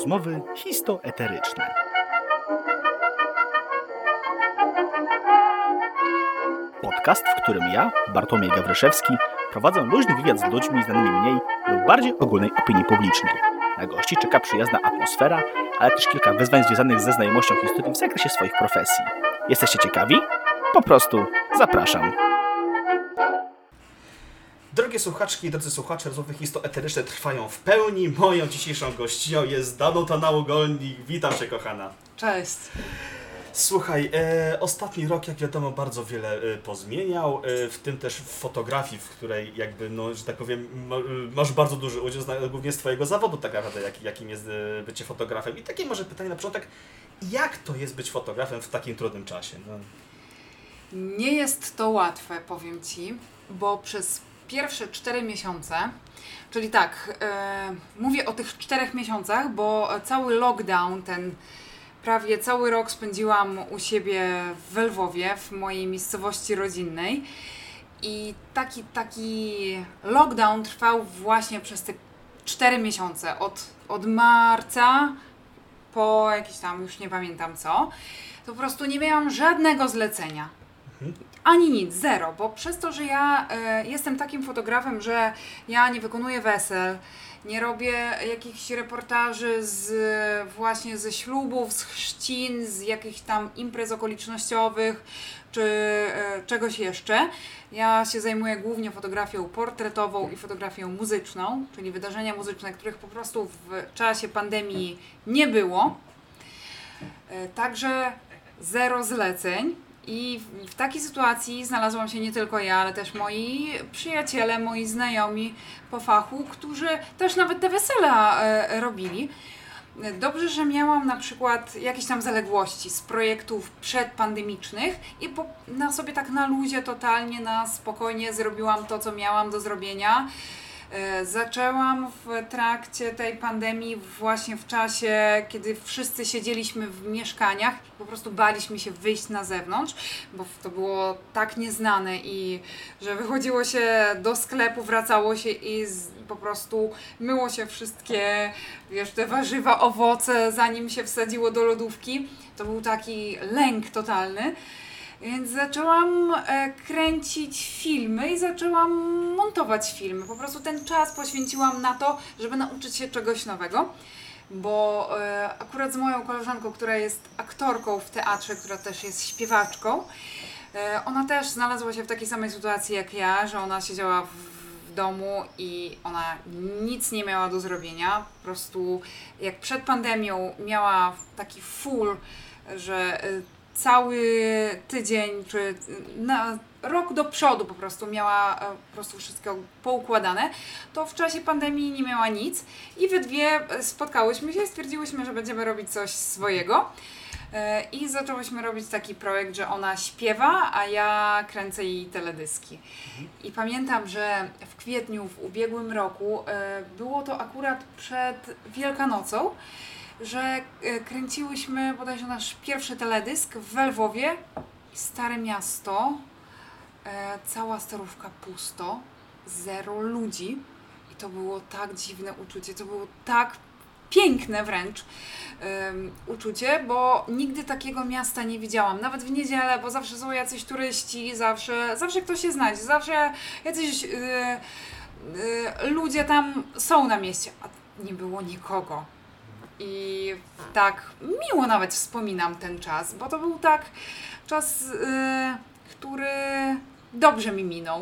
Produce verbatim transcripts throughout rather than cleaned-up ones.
Rozmowy histoeteryczne. Podcast, w którym ja, Bartłomiej Gawryszewski, prowadzę luźny wywiad z ludźmi znanymi mniej lub bardziej ogólnej opinii publicznej. Na gości czeka przyjazna atmosfera, ale też kilka wyzwań związanych ze znajomością historii w zakresie swoich profesji. Jesteście ciekawi? Po prostu zapraszam. Drogie słuchaczki i drodzy słuchacze, rozmowy histoeteryczne trwają w pełni. Moją dzisiejszą gościnią jest Danuta Nałogolnik. Witam Cię, kochana. Cześć. Słuchaj, e, ostatni rok, jak wiadomo, bardzo wiele e, pozmieniał, e, w tym też w fotografii, w której jakby, no, że tak powiem, ma, masz bardzo duży udział, głównie z Twojego zawodu, tak naprawdę, jak, jakim jest e, bycie fotografem. I takie może pytanie na początek, jak to jest być fotografem w takim trudnym czasie? No. Nie jest to łatwe, powiem Ci, bo przez pierwsze cztery miesiące, czyli tak, e, mówię o tych czterech miesiącach, bo cały lockdown, ten prawie cały rok spędziłam u siebie w Lwowie, w mojej miejscowości rodzinnej i taki, taki lockdown trwał właśnie przez te cztery miesiące, od, od marca po jakieś tam, już nie pamiętam co, to po prostu nie miałam żadnego zlecenia. Ani nic, zero, bo przez to, że ja y, jestem takim fotografem, że ja nie wykonuję wesel, nie robię jakichś reportaży z właśnie ze ślubów, z chrzcin, z jakichś tam imprez okolicznościowych, czy y, czegoś jeszcze. Ja się zajmuję głównie fotografią portretową i fotografią muzyczną, czyli wydarzenia muzyczne, których po prostu w czasie pandemii nie było. Y, także zero zleceń. I w takiej sytuacji znalazłam się nie tylko ja, ale też moi przyjaciele, moi znajomi po fachu, którzy też nawet te wesela e, robili. Dobrze, że miałam na przykład jakieś tam zaległości z projektów przedpandemicznych i po, na sobie tak na luzie, totalnie na spokojnie zrobiłam to, co miałam do zrobienia. Zaczęłam w trakcie tej pandemii, właśnie w czasie, kiedy wszyscy siedzieliśmy w mieszkaniach, po prostu baliśmy się wyjść na zewnątrz, bo to było tak nieznane i że wychodziło się do sklepu, wracało się i z, po prostu myło się wszystkie, wiesz, te warzywa, owoce, zanim się wsadziło do lodówki. To był taki lęk totalny. Więc zaczęłam e, kręcić filmy i zaczęłam montować filmy. Po prostu ten czas poświęciłam na to, żeby nauczyć się czegoś nowego. Bo e, akurat z moją koleżanką, która jest aktorką w teatrze, która też jest śpiewaczką, e, ona też znalazła się w takiej samej sytuacji jak ja, że ona siedziała w, w domu i ona nic nie miała do zrobienia. Po prostu jak przed pandemią miała taki full, że e, cały tydzień, czy na rok do przodu po prostu miała po prostu wszystko poukładane, to w czasie pandemii nie miała nic i we dwie spotkałyśmy się i stwierdziłyśmy, że będziemy robić coś swojego i zaczęłyśmy robić taki projekt, że ona śpiewa, a ja kręcę jej teledyski. I pamiętam, że w kwietniu w ubiegłym roku było to akurat przed Wielkanocą, że kręciłyśmy bodajże nasz pierwszy teledysk w Lwowie, Stare Miasto, e, cała starówka pusto, zero ludzi i to było tak dziwne uczucie, to było tak piękne wręcz um, uczucie, bo nigdy takiego miasta nie widziałam, nawet w niedzielę, bo zawsze są jacyś turyści, zawsze, zawsze ktoś się znajdzie, zawsze jacyś yy, yy, ludzie tam są na mieście, a nie było nikogo. I tak miło nawet wspominam ten czas, bo to był tak czas, y, który dobrze mi minął.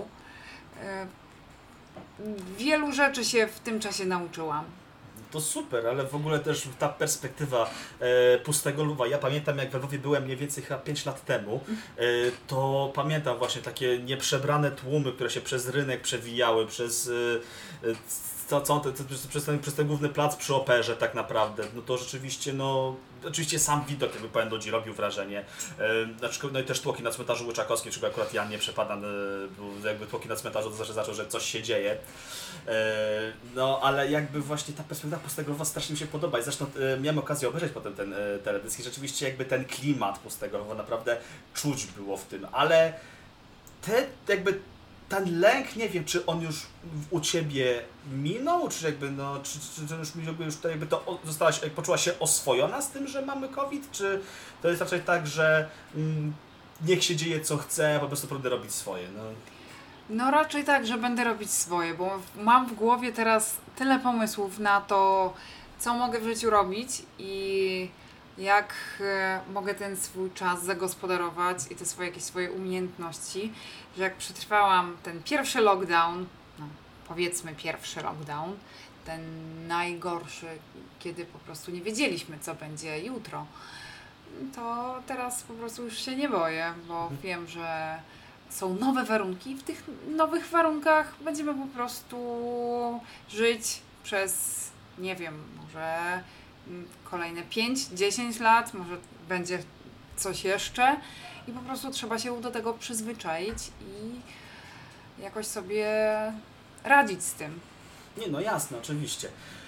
Y, wielu rzeczy się w tym czasie nauczyłam. To super, ale w ogóle też ta perspektywa e, pustego Lwowa. Ja pamiętam, jak we Lwowie byłem mniej więcej chyba pięć lat temu, e, to pamiętam właśnie takie nieprzebrane tłumy, które się przez rynek przewijały, przez e, co, co, te, przez, ten, przez ten główny plac przy operze tak naprawdę. No to rzeczywiście, no oczywiście sam widok, jakby powiem, ludzi robił wrażenie. E, no i też tłoki na cmentarzu Łyczakowskim, czego akurat ja nie przepadam, e, jakby tłoki na cmentarzu to znaczy, znaczy, że coś się dzieje. E, no ale jakby właśnie ta perspektywa pustego Lwowa strasznie mi się podoba i zresztą e, miałem okazję obejrzeć potem ten e, teledysk i rzeczywiście jakby ten klimat pustego Lwowa naprawdę czuć było w tym, ale te jakby ten lęk, nie wiem, czy on już u Ciebie minął, czy jakby, no, czy, czy, czy już, jakby, już to, jakby to zostałaś, poczułaś się oswojona z tym, że mamy COVID, czy to jest raczej tak, że mm, niech się dzieje co chce, po prostu będę robić swoje, no. No raczej tak, że będę robić swoje, bo mam w głowie teraz tyle pomysłów na to, co mogę w życiu robić i jak e, mogę ten swój czas zagospodarować i te swoje jakieś swoje umiejętności, że jak przetrwałam ten pierwszy lockdown, no powiedzmy pierwszy lockdown, ten najgorszy, kiedy po prostu nie wiedzieliśmy, co będzie jutro, to teraz po prostu już się nie boję, bo wiem, że są nowe warunki. W tych nowych warunkach będziemy po prostu żyć przez, nie wiem, może kolejne pięć dziesięć lat, może będzie coś jeszcze i po prostu trzeba się do tego przyzwyczaić i jakoś sobie radzić z tym. Nie, no jasne, oczywiście.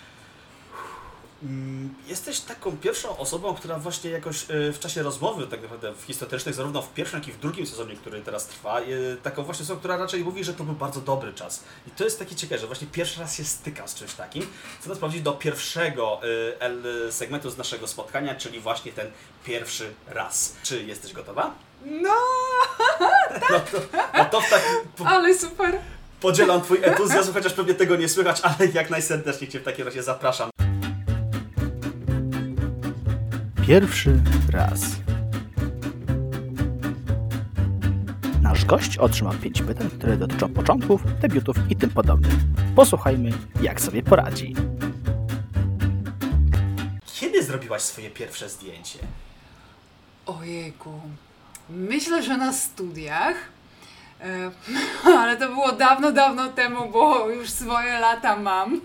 Jesteś taką pierwszą osobą, która właśnie jakoś w czasie rozmowy tak naprawdę w historycznych, zarówno w pierwszym, jak i w drugim sezonie, który teraz trwa, taką właśnie osobą, która raczej mówi, że to był bardzo dobry czas. I to jest takie ciekawe, że właśnie pierwszy raz się styka z czymś takim. Chcę nas sprawdzić do pierwszego segmentu z naszego spotkania, czyli właśnie ten pierwszy raz. Czy jesteś gotowa? No! No to, no to w takim... Ale super! Podzielam Twój entuzjazm, chociaż pewnie tego nie słychać, ale jak najserdeczniej Cię w takim razie zapraszam. Pierwszy raz. Nasz gość otrzymał pięć pytań, które dotyczą początków, debiutów i tym podobnych. Posłuchajmy, jak sobie poradzi. Kiedy zrobiłaś swoje pierwsze zdjęcie? Ojejku. Myślę, że na studiach. E, ale to było dawno, dawno temu, bo już swoje lata mam.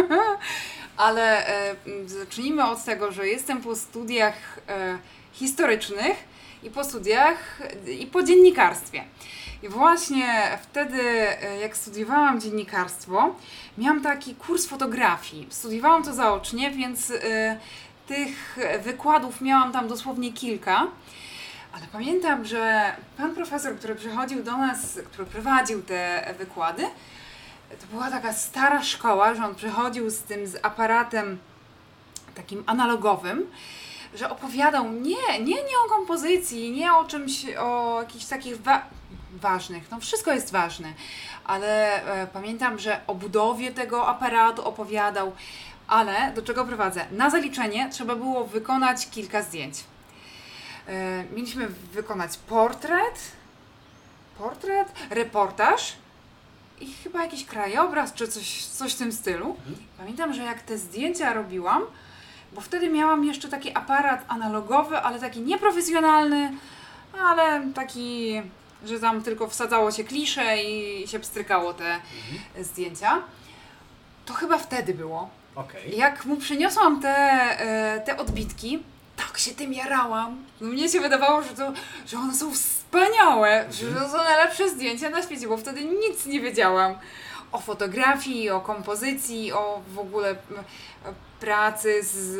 Ale e, zacznijmy od tego, że jestem po studiach e, historycznych i po studiach i po dziennikarstwie. I właśnie wtedy, e, jak studiowałam dziennikarstwo, miałam taki kurs fotografii. Studiowałam to zaocznie, więc e, tych wykładów miałam tam dosłownie kilka. Ale pamiętam, że pan profesor, który przychodził do nas, który prowadził te wykłady, to była taka stara szkoła, że on przychodził z tym z aparatem takim analogowym, że opowiadał nie, nie, nie o kompozycji, nie o czymś, o jakichś takich wa- ważnych, no wszystko jest ważne, ale e, pamiętam, że o budowie tego aparatu opowiadał, ale do czego prowadzę? Na zaliczenie trzeba było wykonać kilka zdjęć. E, mieliśmy wykonać portret, portret, reportaż, i chyba jakiś krajobraz, czy coś, coś w tym stylu. Pamiętam, że jak te zdjęcia robiłam, bo wtedy miałam jeszcze taki aparat analogowy, ale taki nieprofesjonalny, ale taki, że tam tylko wsadzało się klisze i się pstrykało te mhm. zdjęcia. To chyba wtedy było. Okay. Jak mu przyniosłam te, te odbitki, tak się tym jarałam. No mnie się wydawało, że, to, że one są wspaniałe, mhm. że to są najlepsze zdjęcia na świecie, bo wtedy nic nie wiedziałam o fotografii, o kompozycji, o w ogóle pracy z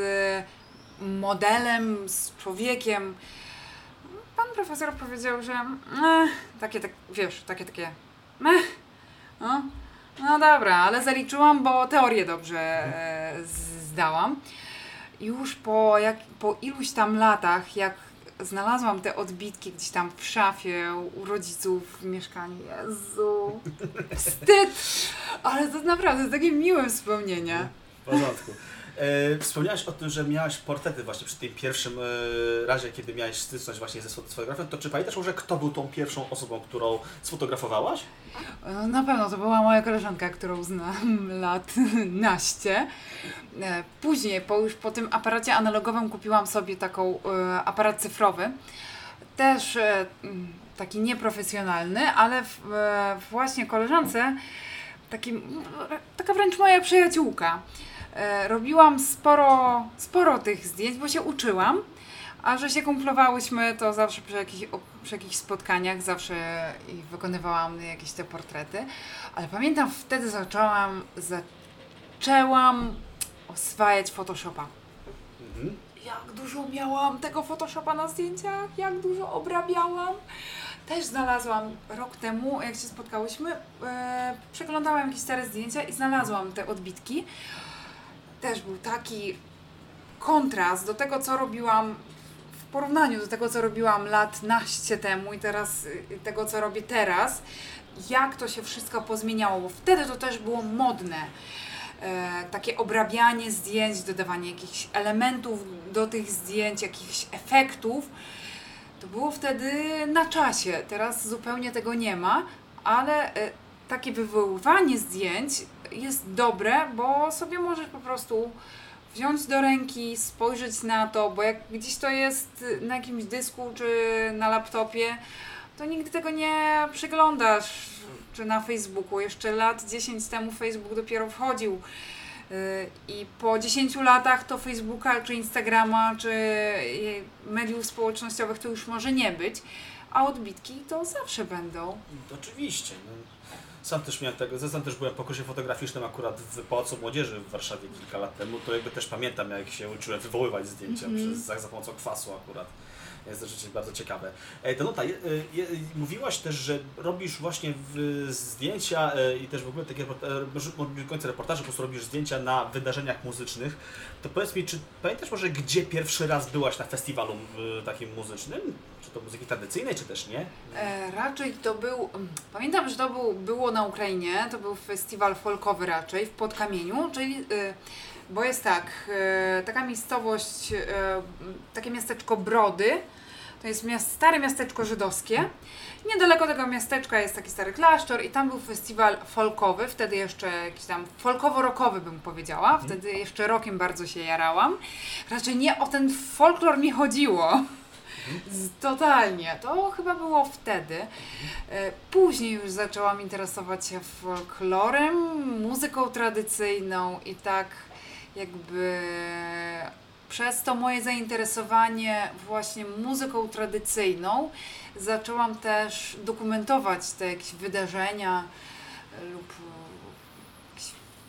modelem, z człowiekiem. Pan profesor powiedział, że eh, takie, tak, wiesz, takie, takie eh, no, no dobra, ale zaliczyłam, bo teorię dobrze e, zdałam. Już po, jak, po iluś tam latach, jak znalazłam te odbitki gdzieś tam w szafie u rodziców w mieszkaniu, Jezu, wstyd! Ale to naprawdę takie miłe wspomnienia. W porządku. E, wspomniałaś o tym, że miałaś portrety właśnie przy tym pierwszym e, razie, kiedy miałaś styczność właśnie ze fotografią, to czy pamiętasz może, kto był tą pierwszą osobą, którą sfotografowałaś? No, na pewno to była moja koleżanka, którą znam lat naście. E, później, po, już po tym aparacie analogowym kupiłam sobie taką e, aparat cyfrowy. Też e, taki nieprofesjonalny, ale w, e, właśnie koleżance taki, taka wręcz moja przyjaciółka. Robiłam sporo, sporo tych zdjęć, bo się uczyłam, a że się kumplowałyśmy, to zawsze przy jakichś, przy jakichś spotkaniach zawsze ich wykonywałam jakieś te portrety. Ale pamiętam, wtedy zaczęłam, zaczęłam oswajać Photoshopa. Mhm. jak dużo miałam tego Photoshopa na zdjęciach, jak dużo obrabiałam. Też znalazłam rok temu, jak się spotkałyśmy, e, przeglądałam jakieś stare zdjęcia i znalazłam te odbitki. Też był taki kontrast do tego, co robiłam w porównaniu do tego, co robiłam lat naście temu i teraz y, tego, co robię teraz. Jak to się wszystko pozmieniało, bo wtedy to też było modne. E, takie obrabianie zdjęć, dodawanie jakichś elementów do tych zdjęć, jakichś efektów. To było wtedy na czasie, teraz zupełnie tego nie ma, ale e, takie wywoływanie zdjęć jest dobre, bo sobie możesz po prostu wziąć do ręki, spojrzeć na to, bo jak gdzieś to jest na jakimś dysku czy na laptopie, to nigdy tego nie przeglądasz, czy na Facebooku. Jeszcze lat dziesięć temu Facebook dopiero wchodził i po dziesięciu latach to Facebooka, czy Instagrama, czy mediów społecznościowych to już może nie być, a odbitki to zawsze będą. Oczywiście. No. Sam też miałem tego, sam też byłem po kursie fotograficznym akurat w Pałacu Młodzieży w Warszawie kilka lat temu, to jakby też pamiętam, jak się uczyłem wywoływać zdjęcia mm-hmm. przez, za, za pomocą kwasu akurat. Jest to rzeczywiście bardzo ciekawe. E, Danuta, je, je, mówiłaś też, że robisz właśnie w, zdjęcia e, i też w ogóle takie e, do końca reportaży, po prostu robisz zdjęcia na wydarzeniach muzycznych. To powiedz mi, czy pamiętasz może, gdzie pierwszy raz byłaś na festiwalu e, takim muzycznym? Czy to muzyki tradycyjnej, czy też nie? E, raczej to był, pamiętam, że to był, było na Ukrainie, to był festiwal folkowy raczej w Podkamieniu, czyli... E, Bo jest tak, e, taka miejscowość, e, takie miasteczko Brody, to jest miast, stare miasteczko żydowskie. Niedaleko tego miasteczka jest taki stary klasztor i tam był festiwal folkowy, wtedy jeszcze jakiś tam folkowo-rockowy bym powiedziała, wtedy jeszcze rockiem bardzo się jarałam. Raczej nie o ten folklor mi chodziło. Totalnie, to chyba było wtedy. Później już zaczęłam interesować się folklorem, muzyką tradycyjną i tak jakby przez to moje zainteresowanie właśnie muzyką tradycyjną zaczęłam też dokumentować te jakieś wydarzenia lub jakieś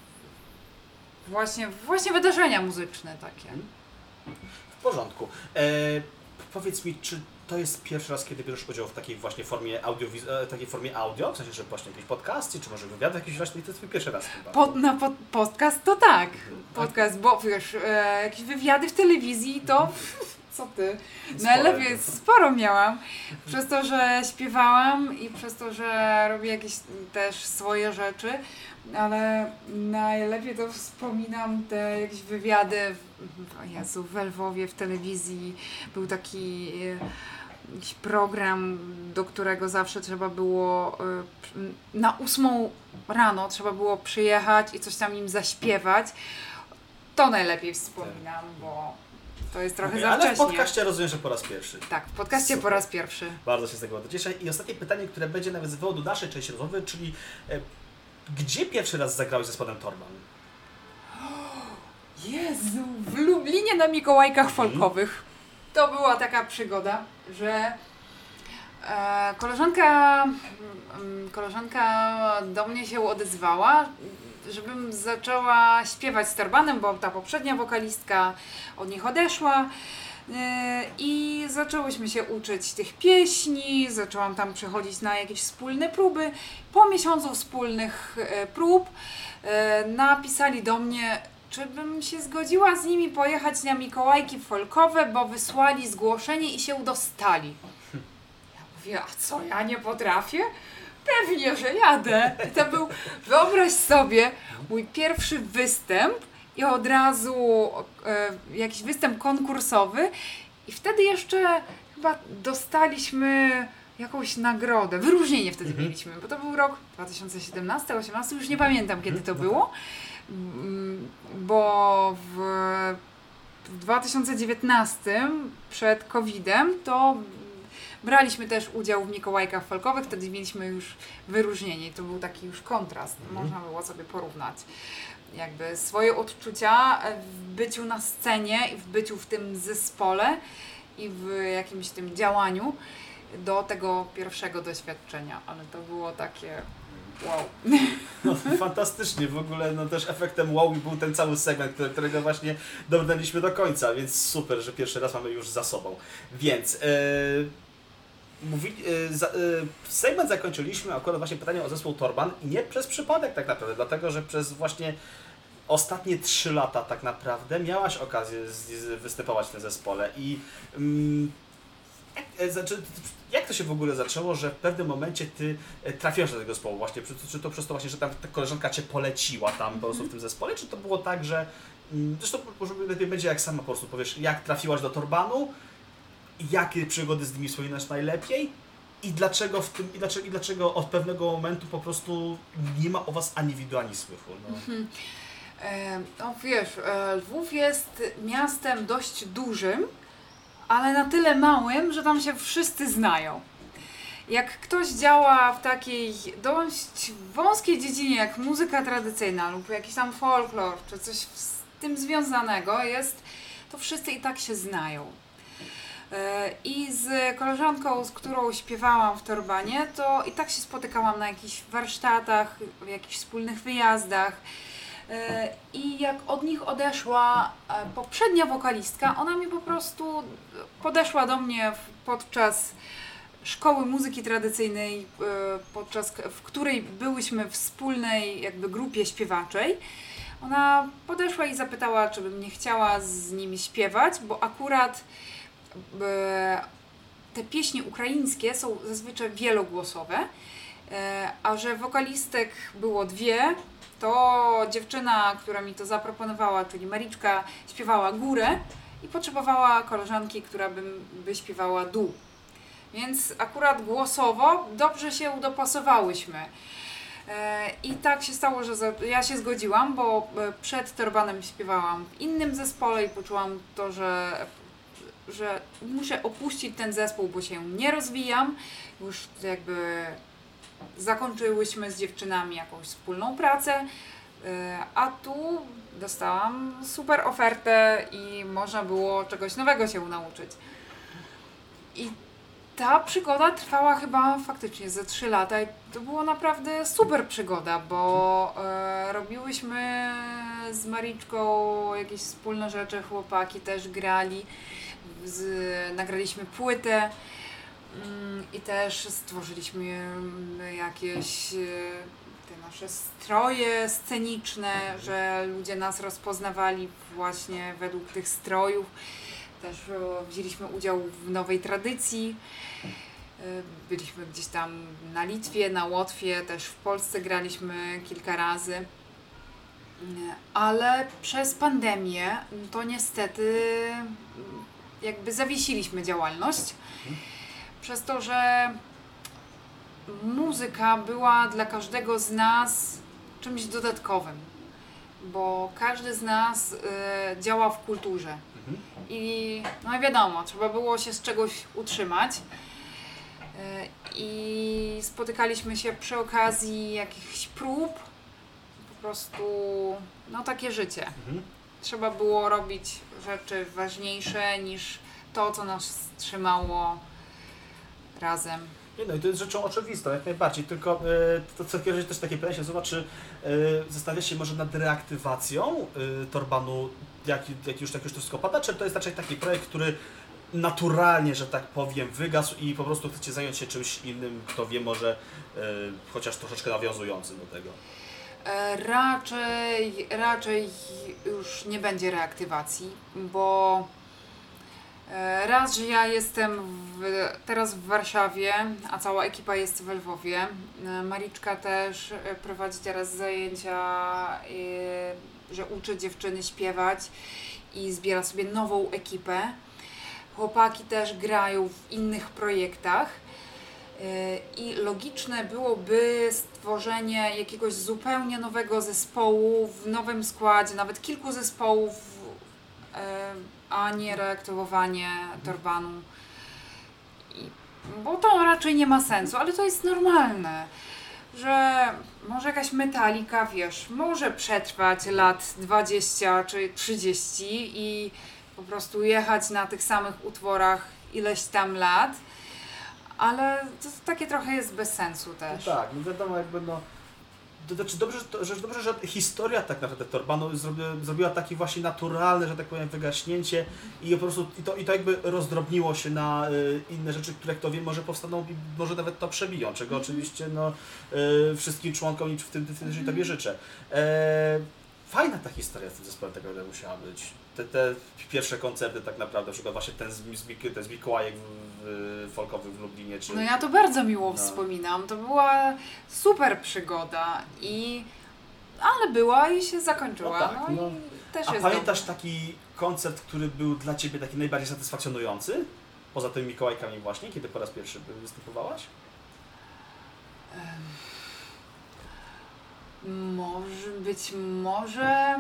właśnie, właśnie wydarzenia muzyczne takie. W porządku. E, powiedz mi, czy to jest pierwszy raz, kiedy bierzesz udział w takiej właśnie formie audio, takiej formie audio, w sensie, że właśnie jakiś podcastie, czy może wywiad jakiś właśnie, to jest twój pierwszy raz chyba. Pod, na pod, podcast to tak, podcast, bo wiesz, e, jakieś wywiady w telewizji to, co ty, najlepiej sporo miałam, przez to, że śpiewałam i przez to, że robię jakieś też swoje rzeczy, ale najlepiej to wspominam te jakieś wywiady, w, o Jezu, w Lwowie w telewizji był taki jakiś program, do którego zawsze trzeba było na ósmą rano trzeba było przyjechać i coś tam im zaśpiewać. To najlepiej wspominam, bo to jest trochę okay, za wcześnie. Ale w podcaście rozumiem, że po raz pierwszy. Tak, w podcaście Super. Po raz pierwszy. Bardzo się z tego cieszę. I ostatnie pytanie, które będzie nawiązywało do naszej części rozmowy, czyli e, gdzie pierwszy raz zagrałeś ze zespołem Torban? Jezu, w Lublinie na Mikołajkach folkowych. To była taka przygoda, że e, koleżanka, m, koleżanka do mnie się odezwała, żebym zaczęła śpiewać z Torbanem, bo ta poprzednia wokalistka od nich odeszła. I zaczęłyśmy się uczyć tych pieśni, zaczęłam tam przychodzić na jakieś wspólne próby. Po miesiącu wspólnych prób napisali do mnie, czy bym się zgodziła z nimi pojechać na Mikołajki folkowe, bo wysłali zgłoszenie i się dostali. Ja mówię, a co, ja nie potrafię? Pewnie, że jadę. I to był, wyobraź sobie, mój pierwszy występ i od razu e, jakiś występ konkursowy i wtedy jeszcze chyba dostaliśmy jakąś nagrodę, wyróżnienie wtedy mhm. mieliśmy, bo to był rok dwa tysiące siedemnasty, osiemnasty, już nie pamiętam kiedy to było, bo w, w dwa tysiące dziewiętnastym przed kowidem to braliśmy też udział w Mikołajkach folkowych, wtedy mieliśmy już wyróżnienie i to był taki już kontrast, mhm. można było sobie porównać jakby swoje odczucia w byciu na scenie i w byciu w tym zespole i w jakimś tym działaniu do tego pierwszego doświadczenia, ale to było takie wow. No, fantastycznie, w ogóle no też efektem wow był ten cały segment, którego właśnie dobrnęliśmy do końca, więc super, że pierwszy raz mamy już za sobą. Więc yy, mówi, yy, za, yy, segment zakończyliśmy akurat właśnie pytaniem o zespół Torban i nie przez przypadek tak naprawdę, dlatego że przez właśnie ostatnie trzy lata tak naprawdę miałaś okazję z, z, występować w tym zespole i mm, jak, znaczy, jak to się w ogóle zaczęło, że w pewnym momencie ty trafiłaś do tego zespołu właśnie, czy to przez to właśnie, że tam ta koleżanka cię poleciła tam po prostu w tym zespole, czy to było tak, że zresztą może lepiej będzie jak sama po prostu powiesz, jak trafiłaś do Torbanu, jakie przygody z nimi wspominasz najlepiej i dlaczego w tym, i dlaczego, i dlaczego od pewnego momentu po prostu nie ma o was ani widu, ani słychu. No. Mhm. E, no wiesz, e, Lwów jest miastem dość dużym, ale na tyle małym, że tam się wszyscy znają. Jak ktoś działa w takiej dość wąskiej dziedzinie jak muzyka tradycyjna lub jakiś tam folklor, czy coś z tym związanego jest, to wszyscy i tak się znają. I z koleżanką, z którą śpiewałam w Torbanie, to i tak się spotykałam na jakichś warsztatach, w jakichś wspólnych wyjazdach. I jak od nich odeszła poprzednia wokalistka, ona mi po prostu podeszła do mnie podczas szkoły muzyki tradycyjnej, podczas w której byłyśmy w wspólnej jakby grupie śpiewaczej. Ona podeszła i zapytała, czy bym nie chciała z nimi śpiewać, bo akurat te pieśni ukraińskie są zazwyczaj wielogłosowe, a że wokalistek było dwie, to dziewczyna, która mi to zaproponowała, czyli Mariczka, śpiewała górę i potrzebowała koleżanki, która by, by śpiewała dół. Więc akurat głosowo dobrze się dopasowałyśmy. I tak się stało, że ja się zgodziłam, bo przed Torbanem śpiewałam w innym zespole i poczułam to, że, że muszę opuścić ten zespół, bo się nie rozwijam. Już jakby zakończyłyśmy z dziewczynami jakąś wspólną pracę, a tu dostałam super ofertę i można było czegoś nowego się nauczyć. I ta przygoda trwała chyba faktycznie ze trzy lata i to było naprawdę super przygoda, bo e, robiłyśmy z Mariczką jakieś wspólne rzeczy, chłopaki też grali, z, nagraliśmy płytę mm, i też stworzyliśmy jakieś e, te nasze stroje sceniczne, że ludzie nas rozpoznawali właśnie według tych strojów. Też wzięliśmy udział w nowej tradycji. Byliśmy gdzieś tam na Litwie, na Łotwie, też w Polsce graliśmy kilka razy. Ale przez pandemię to niestety jakby zawiesiliśmy działalność. Przez to, że muzyka była dla każdego z nas czymś dodatkowym. Bo każdy z nas y, działa w kulturze. I no wiadomo, trzeba było się z czegoś utrzymać i spotykaliśmy się przy okazji jakichś prób, po prostu no takie życie. Mhm. Trzeba było robić rzeczy ważniejsze niż to, co nas trzymało razem. Nie, no i to jest rzeczą oczywistą, jak najbardziej, tylko y, to co kieruję też takie pytanie się zobacz, czy y, zastanawiasz się może nad reaktywacją y, Torbanu, jak, jak już tak już to wszystko pada, czy to jest raczej taki projekt, który naturalnie, że tak powiem, wygasł i po prostu chcecie zająć się czymś innym, kto wie, może y, chociaż troszeczkę nawiązującym do tego? E, raczej, raczej już nie będzie reaktywacji, bo raz, że ja jestem w, teraz w Warszawie, a cała ekipa jest w Lwowie. Mariczka też prowadzi teraz zajęcia, że uczy dziewczyny śpiewać i zbiera sobie nową ekipę. Chłopaki też grają w innych projektach i logiczne byłoby stworzenie jakiegoś zupełnie nowego zespołu w nowym składzie, nawet kilku zespołów, a nie reaktywowanie Torbanu. I, bo to raczej nie ma sensu, ale to jest normalne, że może jakaś Metallica, wiesz, może przetrwać lat dwadzieścia czy trzydzieści i po prostu jechać na tych samych utworach ileś tam lat, ale to takie trochę jest bez sensu też. No tak, no wiadomo, jakby no to znaczy dobrze, że, dobrze, że historia tak naprawdę Torbanu zrobiła, zrobiła takie właśnie naturalne, że tak powiem, wygaśnięcie i po prostu i to, i to jakby rozdrobniło się na y, inne rzeczy, które kto wie, może powstaną i może nawet to przebiją, czego mm-hmm. oczywiście no, y, wszystkim członkom i w tym, w tym mm-hmm. tobie życzę. E, fajna ta historia z tym zespołem tak naprawdę musiała być. Te, te pierwsze koncerty tak naprawdę, na przykład właśnie ten z, z, ten z Mikołajek w, w, folkowy w Lublinie. Czy... No ja to bardzo miło no. wspominam. To była super przygoda i ale była i się zakończyła. No tak, no no. I też A jest pamiętasz dobrze. taki koncert, który był dla Ciebie taki najbardziej satysfakcjonujący? Poza tymi Mikołajkami właśnie, kiedy po raz pierwszy występowałaś? Może, być może...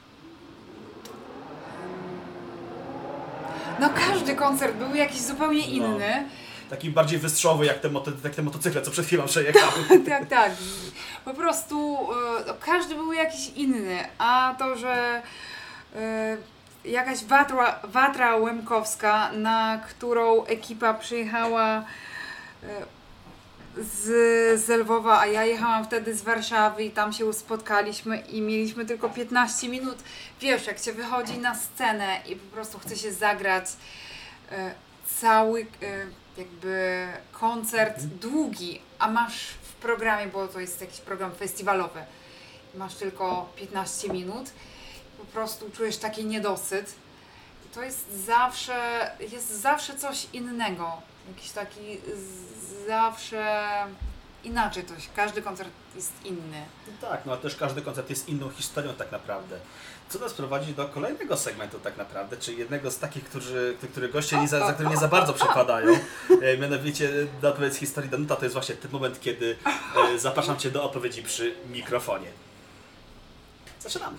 No każdy koncert był jakiś zupełnie inny. No, taki bardziej wystrzałowy jak te, moto, jak te motocykle, co przed chwilą przejechały. tak, tak. Po prostu no, każdy był jakiś inny, a to, że y, jakaś watra, watra łemkowska, na którą ekipa przyjechała y, z, z Lwowa, a ja jechałam wtedy z Warszawy i tam się spotkaliśmy i mieliśmy tylko piętnaście minut. Wiesz, jak się wychodzi na scenę i po prostu chce się zagrać y, cały y, jakby koncert mhm. długi, a masz w programie, bo to jest jakiś program festiwalowy, masz tylko piętnaście minut, po prostu czujesz taki niedosyt. To jest zawsze, jest zawsze coś innego. Jakiś taki z, zawsze inaczej coś. Każdy koncert jest inny. No tak, no ale też każdy koncert jest inną historią tak naprawdę. Co nas prowadzi do kolejnego segmentu tak naprawdę, czyli jednego z takich, którzy, który goście nie za, za który nie za bardzo przepadają. E, mianowicie do odpowiedzi historii Danuta to jest właśnie ten moment, kiedy e, zapraszam Cię do odpowiedzi przy mikrofonie. Zaczynamy.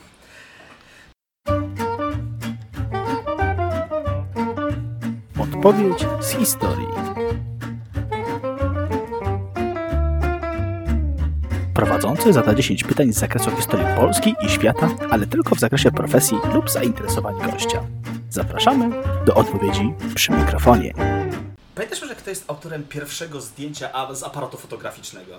Odpowiedź z historii. Prowadzący zada dziesięć pytań z zakresu historii Polski i świata, ale tylko w zakresie profesji lub zainteresowań gościa. Zapraszamy do odpowiedzi przy mikrofonie. Pamiętasz może, kto jest autorem pierwszego zdjęcia z aparatu fotograficznego?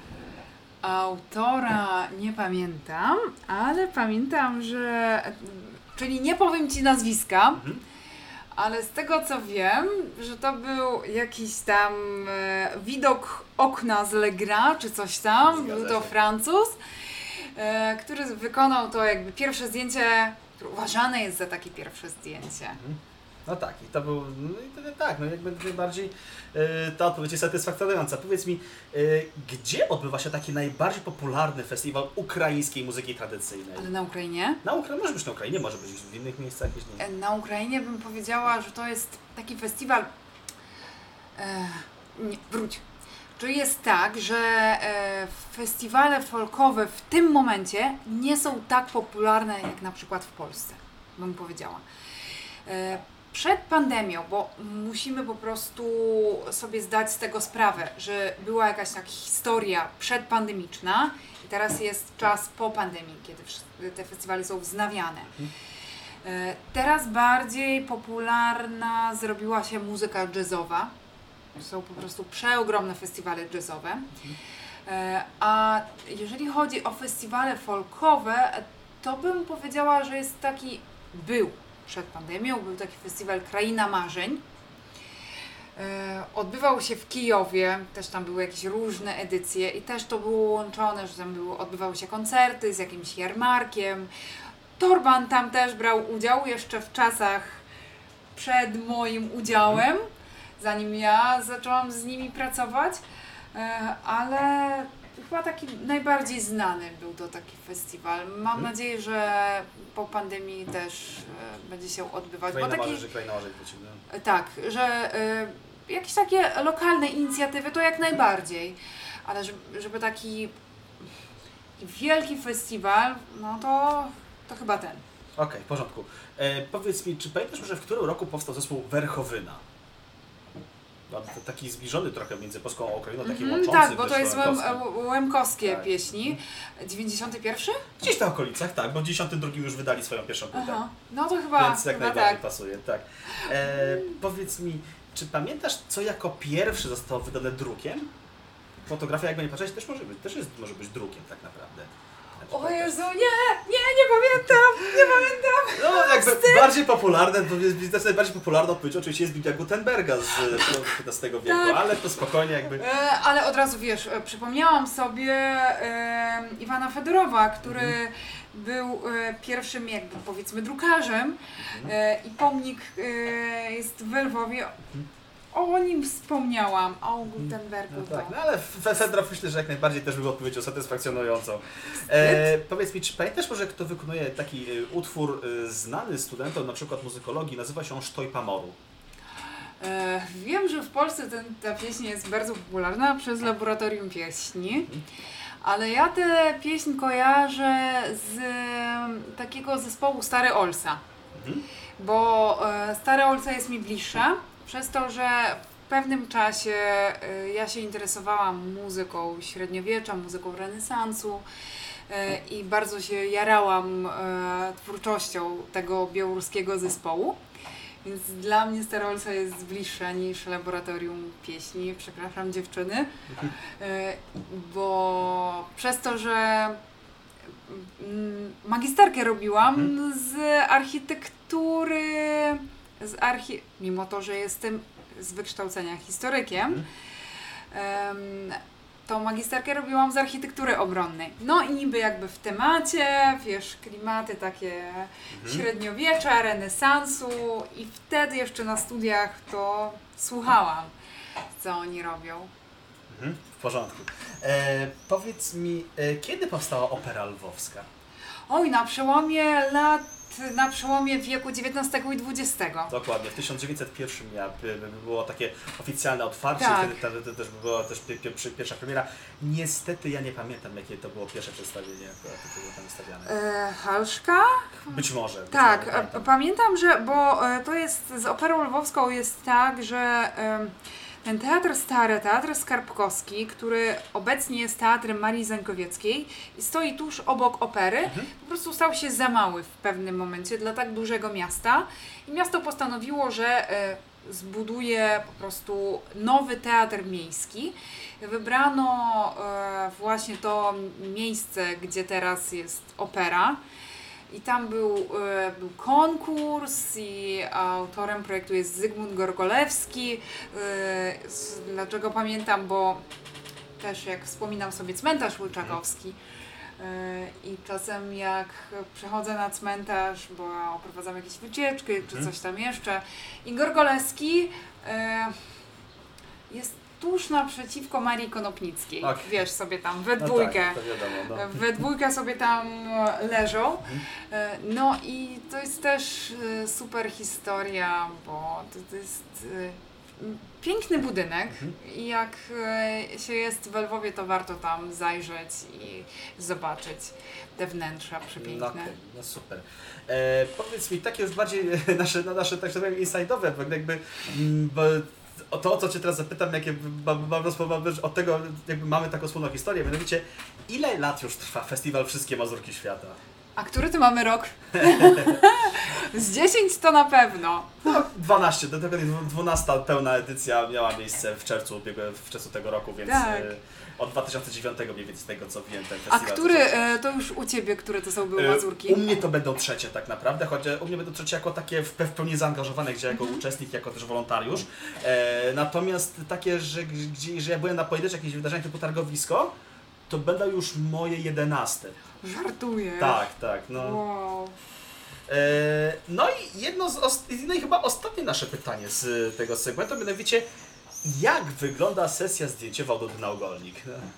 Autora nie pamiętam, ale pamiętam, że... Czyli nie powiem Ci nazwiska, mhm. ale z tego co wiem, że to był jakiś tam e, widok okna z Legra, czy coś tam, Zgadza był to się. Francuz, e, który wykonał to jakby pierwsze zdjęcie, które uważane jest za takie pierwsze zdjęcie. Mhm. No tak, i to był, no i to, tak, no jakby najbardziej e, ta odpowiedź jest satysfakcjonująca. Powiedz mi, e, gdzie odbywa się taki najbardziej popularny festiwal ukraińskiej muzyki tradycyjnej? Ale na Ukrainie? Na Ukrainie, może być na Ukrainie, może być w innych miejscach. Nie. Na Ukrainie bym powiedziała, że to jest taki festiwal, e, nie, wróć. Czyli jest tak, że e, festiwale folkowe w tym momencie nie są tak popularne jak na przykład w Polsce, bym powiedziała. E, Przed pandemią, bo musimy po prostu sobie zdać z tego sprawę, że była jakaś taka historia przedpandemiczna i teraz jest czas po pandemii, kiedy te festiwale są wznawiane. Teraz bardziej popularna zrobiła się muzyka jazzowa. Są po prostu przeogromne festiwale jazzowe. A jeżeli chodzi o festiwale folkowe, to bym powiedziała, że jest taki, był przed pandemią, był taki festiwal Kraina Marzeń. E, odbywał się w Kijowie, też tam były jakieś różne edycje i też to było łączone, że tam było, odbywały się koncerty z jakimś jarmarkiem. Torban tam też brał udział jeszcze w czasach przed moim udziałem, zanim ja zaczęłam z nimi pracować, e, ale chyba taki najbardziej znany był to taki festiwal. Mam hmm. nadzieję, że po pandemii też e, będzie się odbywać. Kraina bo taki, marzy, że kraina marzy wróci, tak, że e, jakieś takie lokalne inicjatywy to jak najbardziej, ale żeby, żeby taki wielki festiwal, no to, to chyba ten. Okej, okay, w porządku. E, powiedz mi, czy pamiętasz, że w którym roku powstał zespół Werchowyna? Taki zbliżony trochę między Polską a Ukrainą, taki mm, łączący. Tak, bo to jest łem, łemkowskie tak. pieśni. dziewięćdziesiąty pierwszy? Gdzieś w okolicach, tak, bo w dziewięćdziesiątym drugim już wydali swoją pierwszą płytę. Aha. No to chyba Więc jak chyba najbardziej tak. pasuje, tak. E, powiedz mi, czy pamiętasz, co jako pierwszy zostało wydane drukiem? fotografia, jakby nie patrzeć, też może być, też jest, może być drukiem tak naprawdę. O Jezu, nie, nie, nie pamiętam, nie pamiętam. No jakby bardziej popularne, to jest zdecydowanie bardziej popularna odpowiedź oczywiście jest Biblia Gutenberga z piętnastego wieku, tak. Ale to spokojnie jakby... E, ale od razu wiesz, przypomniałam sobie e, Iwana Fedorowa, który mhm. był e, pierwszym jakby powiedzmy drukarzem mhm. e, i pomnik e, jest w Lwowie. Mhm. O nim wspomniałam, o Gutenbergu. No tak, no ale Fedorow myślę, że jak najbardziej też był odpowiedzią satysfakcjonującą. E, powiedz mi, czy pamiętasz może, kto wykonuje taki utwór znany studentom, na przykład muzykologii, nazywa się on Sztoj Pamoru? E, wiem, że w Polsce ten, ta pieśń jest bardzo popularna przez Laboratorium Pieśni, mhm. ale ja tę pieśń kojarzę z takiego zespołu Stary Olsa, mhm. bo e, Stary Olsa jest mi bliższa. Przez to, że w pewnym czasie y, ja się interesowałam muzyką średniowiecza, muzyką renesansu y, i bardzo się jarałam y, twórczością tego białoruskiego zespołu. Więc dla mnie Stary Olsa jest bliższa niż Laboratorium Pieśni. Przepraszam dziewczyny, y, bo przez to, że y, magisterkę robiłam z architektury, z archi... mimo to, że jestem z wykształcenia historykiem, um, to magisterkę robiłam z architektury obronnej. No i niby jakby w temacie, wiesz, klimaty takie mhm. średniowiecza, renesansu i wtedy jeszcze na studiach to słuchałam, co oni robią. Mhm. W porządku. E, powiedz mi, e, kiedy powstała Opera Lwowska? Oj, na przełomie lat na przełomie wieku dziewiętnastego i dwudziestego. Dokładnie, w tysiąc dziewięćset jeden ja, było takie oficjalne otwarcie, tak. wtedy to też była też pierwsza premiera. Niestety ja nie pamiętam, jakie to było pierwsze przedstawienie, które było tam wystawiane. E, Halszka? Być może. Być tak, może, pamiętam. pamiętam, że, bo to jest, z Operą Lwowską jest tak, że ten Teatr Stary, Teatr Skarbkowski, który obecnie jest Teatrem Marii Zańkowieckiej i stoi tuż obok opery, mhm. po prostu stał się za mały w pewnym momencie dla tak dużego miasta i miasto postanowiło, że e, zbuduje po prostu nowy teatr miejski. Wybrano e, właśnie to miejsce, gdzie teraz jest opera. I tam był, e, był konkurs i autorem projektu jest Zygmunt Gorgolewski. E, z, dlaczego pamiętam, bo też jak wspominam sobie cmentarz Łyczakowski e, i czasem jak przechodzę na cmentarz, bo oprowadzam jakieś wycieczki czy coś tam jeszcze i Gorgolewski e, jest tuż naprzeciwko Marii Konopnickiej. Okay. Wiesz, sobie tam we dwójkę. No tak, to wiadomo, no. We dwójkę sobie tam leżą. No i to jest też super historia, bo to, to jest piękny budynek i jak się jest w Lwowie, to warto tam zajrzeć i zobaczyć te wnętrza przepiękne. No, okay, no super. E, powiedz mi, takie już bardziej nasze, nasze tak powiem, inside'owe, bo jakby bo o to, o co Cię teraz zapytam, jakie mam rozmowy, od tego jakby mamy taką wspólną historię, mianowicie ile lat już trwa festiwal Wszystkie Mazurki Świata? A który to mamy rok? Z dziesięć to na pewno. No, dwanaście, do tego dwunasta pełna edycja miała miejsce w czerwcu ubiegłego, w czerwcu tego roku, więc tak. Od dwa tysiące dziewiątego mniej więcej z tego co wiem ten festiwal. A który, to już u Ciebie, które to są były Mazurki? U mnie to będą trzecie tak naprawdę, choć u mnie będą trzecie jako takie w pełni zaangażowane, gdzie jako mm-hmm. uczestnik, jako też wolontariusz. E, natomiast takie, że, gdzie, że ja byłem na pojedynczych jakichś wydarzeniach typu targowisko, to będą już moje jedenaste. Żartuję. Tak, tak. No. Wow. E, no i jedno z, no i chyba ostatnie nasze pytanie z tego segmentu, mianowicie jak wygląda sesja zdjęciowa u Dodyna Ogolnik?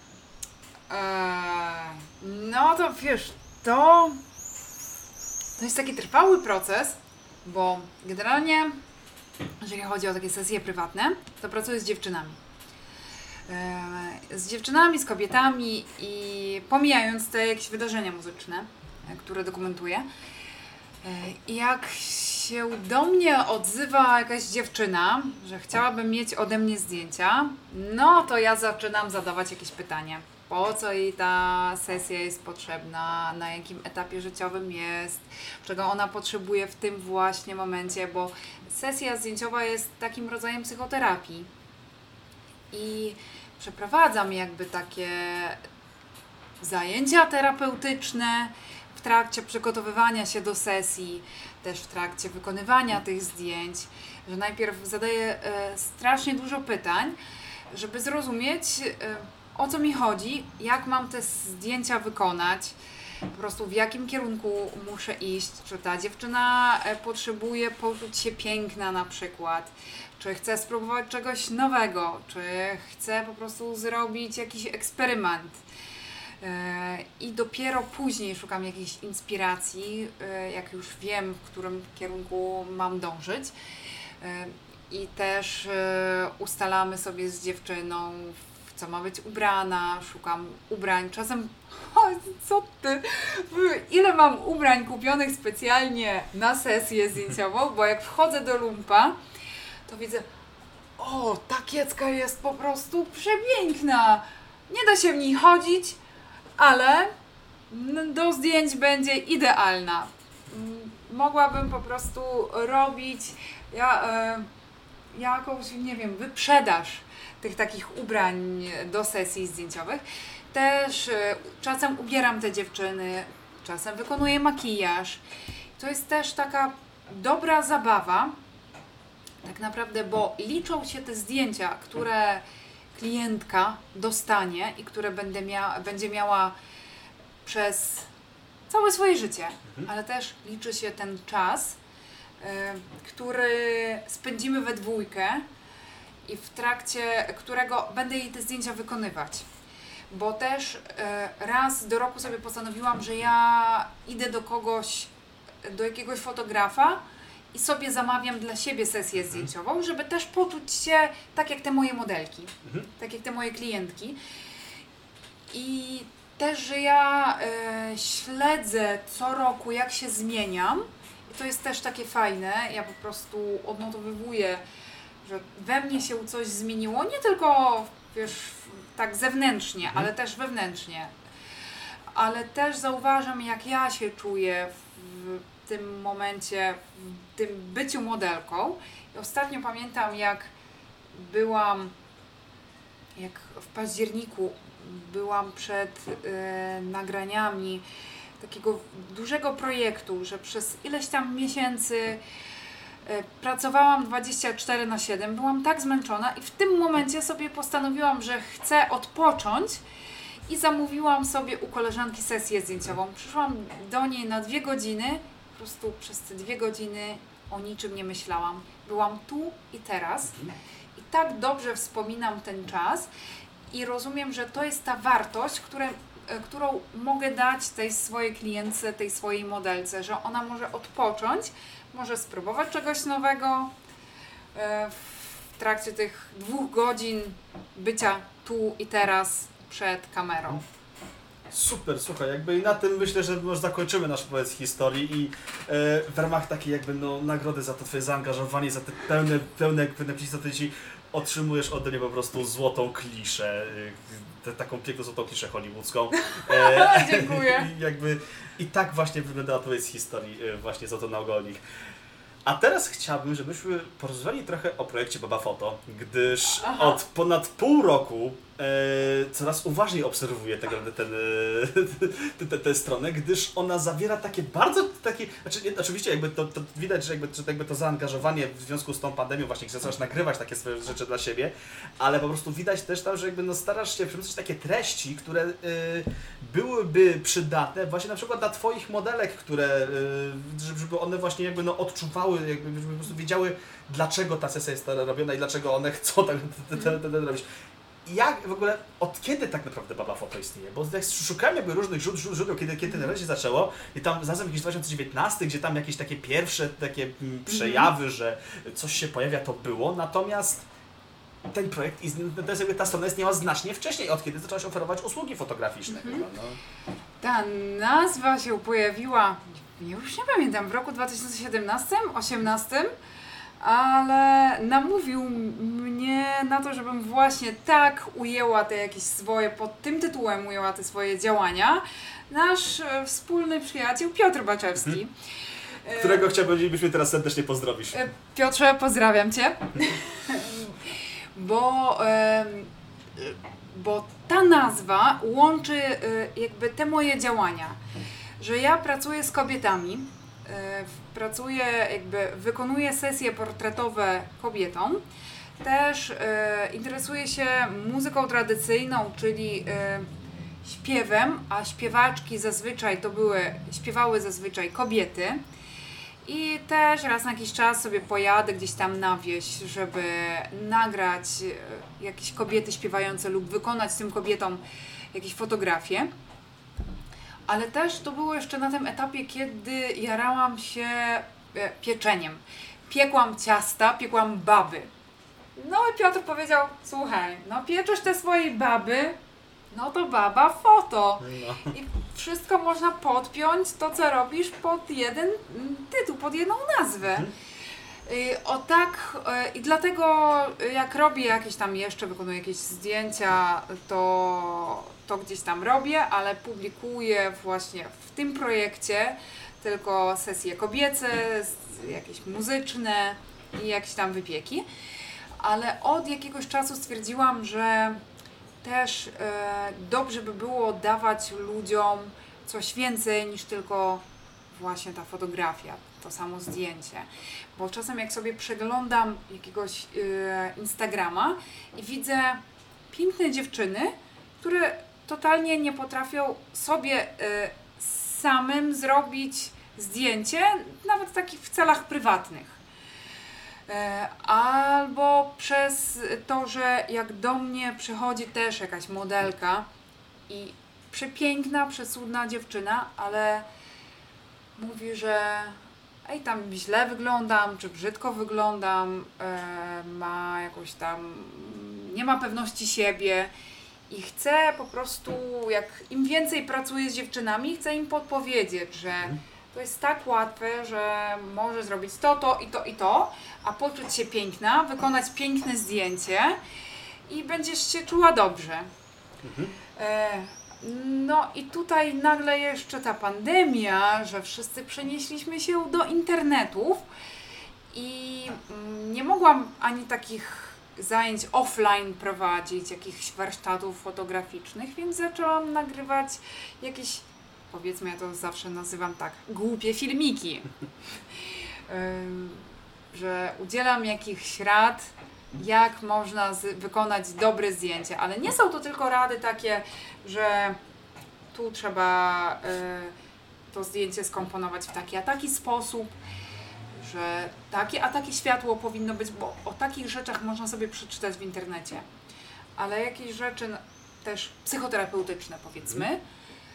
Eee, no to wiesz, to, to jest taki trwały proces, bo generalnie, jeżeli chodzi o takie sesje prywatne, to pracuję z dziewczynami. Eee, z dziewczynami, z kobietami i pomijając te jakieś wydarzenia muzyczne, które dokumentuję. I jak się do mnie odzywa jakaś dziewczyna, że chciałaby mieć ode mnie zdjęcia, no to ja zaczynam zadawać jakieś pytania. Po co jej ta sesja jest potrzebna, na jakim etapie życiowym jest, czego ona potrzebuje w tym właśnie momencie, bo sesja zdjęciowa jest takim rodzajem psychoterapii. I przeprowadzam jakby takie zajęcia terapeutyczne w trakcie przygotowywania się do sesji, też w trakcie wykonywania tych zdjęć, że najpierw zadaję e, strasznie dużo pytań, żeby zrozumieć, e, o co mi chodzi, jak mam te zdjęcia wykonać, po prostu w jakim kierunku muszę iść, czy ta dziewczyna e, potrzebuje poczuć się piękna na przykład, czy chce spróbować czegoś nowego, czy chce po prostu zrobić jakiś eksperyment. I dopiero później szukam jakiejś inspiracji, jak już wiem, w którym kierunku mam dążyć. I też ustalamy sobie z dziewczyną, w co ma być ubrana, szukam ubrań. Czasem, o, co ty, ile mam ubrań kupionych specjalnie na sesję zdjęciową, bo jak wchodzę do lumpa, to widzę, o, ta kiecka jest po prostu przepiękna, nie da się w niej chodzić, ale do zdjęć będzie idealna. Mogłabym po prostu robić ja, e, jakąś, nie wiem, wyprzedaż tych takich ubrań do sesji zdjęciowych. Też e, czasem ubieram te dziewczyny, czasem wykonuję makijaż. To jest też taka dobra zabawa, tak naprawdę, bo liczą się te zdjęcia, które klientka dostanie i które będę mia będzie miała przez całe swoje życie, mhm. ale też liczy się ten czas, y, który spędzimy we dwójkę i w trakcie którego będę jej te zdjęcia wykonywać. Bo też y, raz do roku sobie postanowiłam, że ja idę do kogoś, do jakiegoś fotografa i sobie zamawiam dla siebie sesję zdjęciową, żeby też poczuć się tak jak te moje modelki, mhm. tak jak te moje klientki. I też, że ja e, śledzę co roku, jak się zmieniam. I to jest też takie fajne. Ja po prostu odnotowywuję, że we mnie się coś zmieniło. Nie tylko, wiesz, tak zewnętrznie, mhm. ale też wewnętrznie. Ale też zauważam, jak ja się czuję w w tym momencie, w tym byciu modelką. I ostatnio pamiętam, jak byłam, jak w październiku byłam przed e, nagraniami takiego dużego projektu, że przez ileś tam miesięcy e, pracowałam dwadzieścia cztery na siedem, byłam tak zmęczona i w tym momencie sobie postanowiłam, że chcę odpocząć i zamówiłam sobie u koleżanki sesję zdjęciową. Przyszłam do niej na dwie godziny, po prostu przez te dwie godziny o niczym nie myślałam. Byłam tu i teraz i tak dobrze wspominam ten czas i rozumiem, że to jest ta wartość, które, którą mogę dać tej swojej klientce, tej swojej modelce, że ona może odpocząć, może spróbować czegoś nowego w trakcie tych dwóch godzin bycia tu i teraz przed kamerą. Super, słuchaj, jakby i na tym myślę, że może zakończymy nasz opowiedz historii i e, w ramach takiej jakby no, nagrody za to twoje zaangażowanie, za te pełne, pełne, pełne za to ci otrzymujesz ode mnie po prostu złotą kliszę, te, taką piękną złotą kliszę hollywoodzką. E, Dziękuję. I, jakby, I tak właśnie wygląda opowiedz historii właśnie Złoto na ogonik. A teraz chciałbym, żebyśmy porozmawiali trochę o projekcie Baba Photo, gdyż Aha. od ponad pół roku e, coraz uważniej obserwuję tę ten, te, te stronę, gdyż ona zawiera takie bardzo, takie, znaczy, nie, oczywiście jakby to, to widać, że jakby, że jakby to zaangażowanie w związku z tą pandemią właśnie, że zaczynasz nagrywać takie swoje rzeczy dla siebie, ale po prostu widać też tam, że jakby no starasz się przemyśleć takie treści, które y, byłyby przydatne właśnie na przykład dla twoich modelek, które, y, żeby one właśnie jakby no odczuwały, jakby żeby po prostu wiedziały, dlaczego ta sesja jest robiona i dlaczego one chcą tak robić. Jak w ogóle, od kiedy tak naprawdę Baba Photo istnieje? Bo jak szukałem jakby różnych źródeł, kiedy, kiedy ten się zaczęło i tam zarazem jakiś dwa tysiące dziewiętnasty, gdzie tam jakieś takie pierwsze takie przejawy, że coś się pojawia, to było, natomiast ten projekt, to jest jakby ta strona istniała znacznie wcześniej, od kiedy zaczęłaś oferować usługi fotograficzne. Mm-hmm. no. Ta nazwa się pojawiła, już nie pamiętam, w roku dwa tysiące siedemnastym, osiemnastym, ale namówił mnie na to, żebym właśnie tak ujęła te jakieś swoje, pod tym tytułem ujęła te swoje działania, nasz e, wspólny przyjaciel Piotr Baczewski. Hmm. Którego chciałbyśmy teraz serdecznie pozdrowić. Piotrze, pozdrawiam Cię. Bo e, bo ta nazwa łączy jakby te moje działania, że ja pracuję z kobietami, pracuję, jakby wykonuję sesje portretowe kobietom, też interesuję się muzyką tradycyjną, czyli śpiewem, a śpiewaczki zazwyczaj to były, śpiewały zazwyczaj kobiety. I też raz na jakiś czas sobie pojadę gdzieś tam na wieś, żeby nagrać jakieś kobiety śpiewające lub wykonać tym kobietom jakieś fotografie. Ale też to było jeszcze na tym etapie, kiedy jarałam się pieczeniem. Piekłam ciasta, piekłam baby. No i Piotr powiedział, słuchaj, no pieczesz te swoje baby, no to baba foto. No. I wszystko można podpiąć, to co robisz, pod jeden tytuł, pod jedną nazwę. Mhm. O tak, i dlatego jak robię jakieś tam jeszcze, wykonuję jakieś zdjęcia, to, to gdzieś tam robię, ale publikuję właśnie w tym projekcie tylko sesje kobiece, jakieś muzyczne i jakieś tam wypieki. Ale od jakiegoś czasu stwierdziłam, że też e, dobrze by było dawać ludziom coś więcej niż tylko właśnie ta fotografia, to samo zdjęcie. Bo czasem jak sobie przeglądam jakiegoś e, Instagrama i widzę piękne dziewczyny, które totalnie nie potrafią sobie e, samym zrobić zdjęcie, nawet takich w celach prywatnych. Albo przez to, że jak do mnie przychodzi też jakaś modelka i przepiękna, przecudna dziewczyna, ale mówi, że ej, tam źle wyglądam, czy brzydko wyglądam, e, ma jakąś tam, nie ma pewności siebie i chcę po prostu, jak im więcej pracuję z dziewczynami, chcę im podpowiedzieć, że to jest tak łatwe, że możesz zrobić to, to i to i to, a poczuć się piękna, wykonać piękne zdjęcie i będziesz się czuła dobrze. Mhm. E, no i tutaj nagle jeszcze ta pandemia, że wszyscy przenieśliśmy się do internetów i nie mogłam ani takich zajęć offline prowadzić, jakichś warsztatów fotograficznych, więc zaczęłam nagrywać jakieś, powiedzmy, ja to zawsze nazywam tak, głupie filmiki. Że udzielam jakichś rad, jak można z- wykonać dobre zdjęcie, ale nie są to tylko rady takie, że tu trzeba y, to zdjęcie skomponować w taki a taki sposób, że takie a takie światło powinno być, bo o takich rzeczach można sobie przeczytać w internecie, ale jakieś rzeczy no, też psychoterapeutyczne, powiedzmy, y,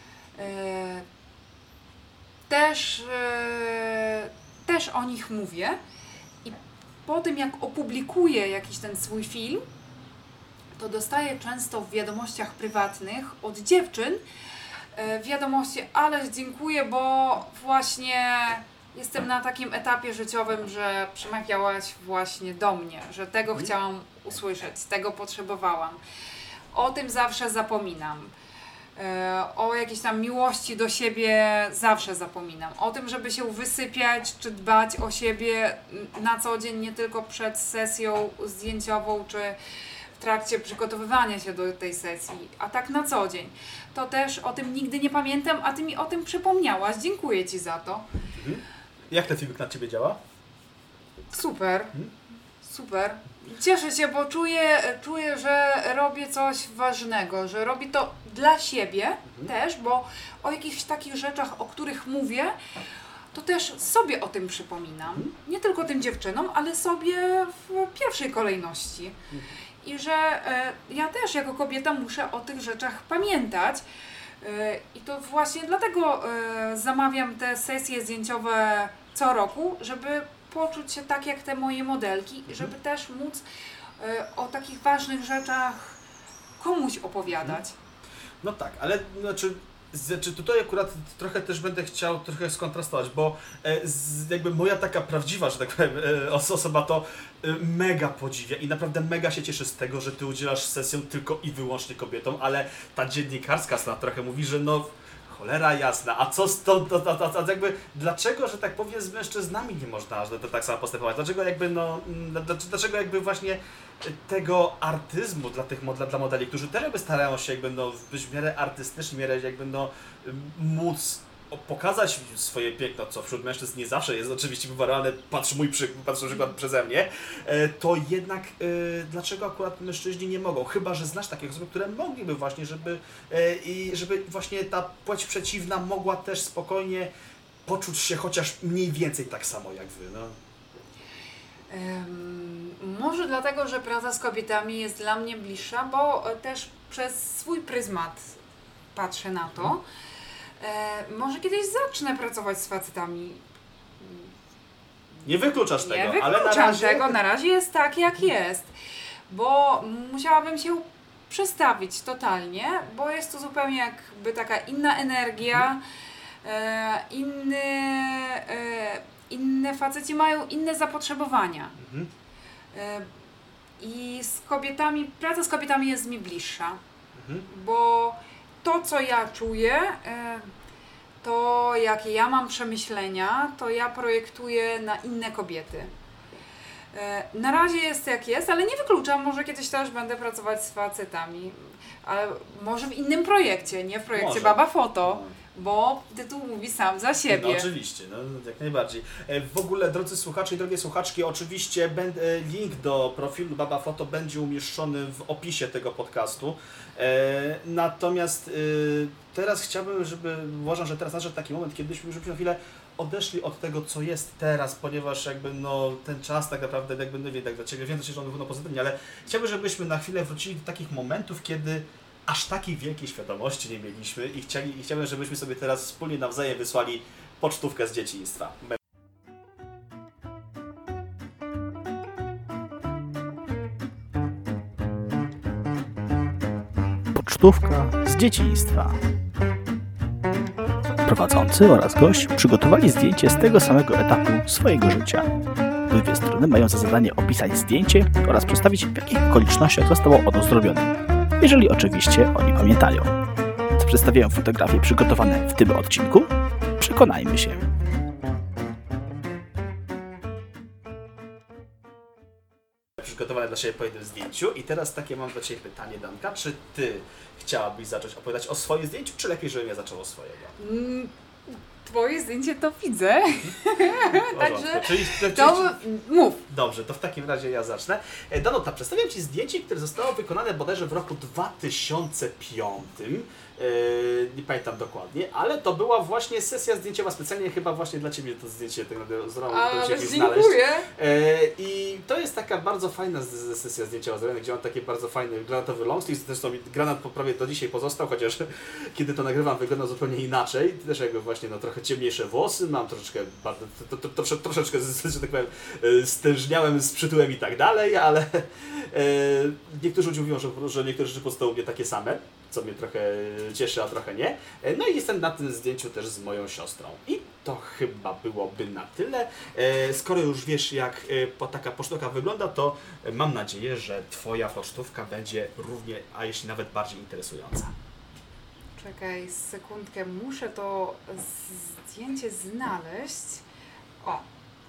też, y, też o nich mówię. I po tym, jak opublikuję jakiś ten swój film, to dostaję często w wiadomościach prywatnych od dziewczyn e, wiadomości, ale dziękuję, bo właśnie jestem na takim etapie życiowym, że przemawiałaś właśnie do mnie, że tego hmm. chciałam usłyszeć, tego potrzebowałam. O tym zawsze zapominam. O jakiejś tam miłości do siebie zawsze zapominam. O tym, żeby się wysypiać, czy dbać o siebie na co dzień, nie tylko przed sesją zdjęciową, czy w trakcie przygotowywania się do tej sesji, a tak na co dzień. To też o tym nigdy nie pamiętam, a Ty mi o tym przypomniałaś. Dziękuję Ci za to. Mhm. Jak ten filmik na Ciebie działa? Super. Mhm. Super. Cieszę się, bo czuję, czuję, że robię coś ważnego, że robię to dla siebie mhm. też, bo o jakichś takich rzeczach, o których mówię, to też sobie o tym przypominam. Mhm. Nie tylko tym dziewczynom, ale sobie w pierwszej kolejności. Mhm. I że e, ja też jako kobieta muszę o tych rzeczach pamiętać. E, I to właśnie dlatego e, zamawiam te sesje zdjęciowe co roku, żeby poczuć się tak jak te moje modelki, mhm. żeby też móc y, o takich ważnych rzeczach komuś opowiadać. No tak, ale znaczy, znaczy tutaj akurat trochę też będę chciał trochę skontrastować, bo e, z, jakby moja taka prawdziwa, że tak powiem, e, osoba to e, mega podziwia i naprawdę mega się cieszy z tego, że Ty udzielasz sesję tylko i wyłącznie kobietom, ale ta dziennikarska strona trochę mówi, że no cholera jasna, a co stąd, to, to, to, to jakby, dlaczego, że tak powiem, z mężczyznami nie można aż do, do tak samo postępować? Dlaczego jakby, no, dlaczego jakby właśnie tego artyzmu dla tych dla, dla modeli, którzy też jakby starają się jakby, no, być w miarę artystyczni, w miarę jakby, no, móc pokazać swoje piękno, co wśród mężczyzn nie zawsze jest oczywiście wywarane, patrz mój przy, patrz przykład przeze mnie, to jednak y, dlaczego akurat mężczyźni nie mogą? Chyba że znasz takie osoby, które mogliby właśnie, żeby, y, żeby właśnie ta płeć przeciwna mogła też spokojnie poczuć się chociaż mniej więcej tak samo jak wy. No. Um, może dlatego, że praca z kobietami jest dla mnie bliższa, bo też przez swój pryzmat patrzę na to. Hmm. E, może kiedyś zacznę pracować z facetami. Nie wykluczasz nie tego, wykluczam ale na razie... tego, na razie jest tak jak jest, bo musiałabym się przestawić totalnie, bo jest to zupełnie jakby taka inna energia, e, inny, e, inne faceci mają inne zapotrzebowania. Mhm. E, I z kobietami, praca z kobietami jest mi bliższa, mhm. bo to, co ja czuję, to jakie ja mam przemyślenia, to ja projektuję na inne kobiety. Na razie jest jak jest, ale nie wykluczam, może kiedyś też będę pracować z facetami. Ale może w innym projekcie, nie w projekcie może. Baba Foto, bo tytuł mówi sam za siebie. No oczywiście, no, jak najbardziej. W ogóle, drodzy słuchacze i drogie słuchaczki, oczywiście link do profilu Baba Foto będzie umieszczony w opisie tego podcastu. Natomiast teraz chciałbym, żeby, uważam, że teraz nadszedł taki moment, kiedyśmy już na chwilę odeszli od tego, co jest teraz, ponieważ jakby no ten czas tak naprawdę jakby no wie, tak dla Ciebie wiem, że on wygląda pozytywnie, ale chciałbym, żebyśmy na chwilę wrócili do takich momentów, kiedy aż takiej wielkiej świadomości nie mieliśmy i, chcieli, i chciałbym, żebyśmy sobie teraz wspólnie nawzajem wysłali pocztówkę z dzieciństwa. Pocztówka z dzieciństwa. Prowadzący oraz gość przygotowali zdjęcie z tego samego etapu swojego życia. Dwie strony mają za zadanie opisać zdjęcie oraz przedstawić, w jakich okolicznościach zostało ono zrobione. Jeżeli oczywiście oni pamiętają. Co przedstawiają fotografie przygotowane w tym odcinku? Przekonajmy się. Przygotowane dla siebie po jednym zdjęciu i teraz takie mam dla Ciebie pytanie, Danka, czy Ty chciałabyś zacząć opowiadać o swoim zdjęciu, czy lepiej, żebym ja zaczął o swojego? Mm, twoje zdjęcie to widzę. Także czyli, czyli, to mów. Dobrze, to w takim razie ja zacznę. Danuta, przedstawiam Ci zdjęcie, które zostało wykonane bodajże w roku dwa tysiące piątym. Yy, nie pamiętam dokładnie, ale to była właśnie sesja zdjęciowa, specjalnie chyba właśnie dla Ciebie to zdjęcie tego udało się znaleźć. Yy, I to jest taka bardzo fajna sesja zdjęciowa zrobiona, gdzie mam taki bardzo fajny granatowy long sleeve, zresztą granat prawie do dzisiaj pozostał, chociaż kiedy to nagrywam wygląda zupełnie inaczej. Też jakby właśnie no, trochę ciemniejsze włosy, mam troszeczkę, bardzo, to, to, to, to, troszeczkę, że tak powiem, stężniałem z przytułem i tak dalej, ale yy, niektórzy ludzie mówią, że, że niektóre rzeczy pozostały u mnie takie same, co mnie trochę cieszy, a trochę nie. No i jestem na tym zdjęciu też z moją siostrą. I to chyba byłoby na tyle. Skoro już wiesz, jak taka pocztówka wygląda, to mam nadzieję, że Twoja pocztówka będzie równie, a jeśli nawet bardziej interesująca. Czekaj, sekundkę, muszę to zdjęcie znaleźć. O!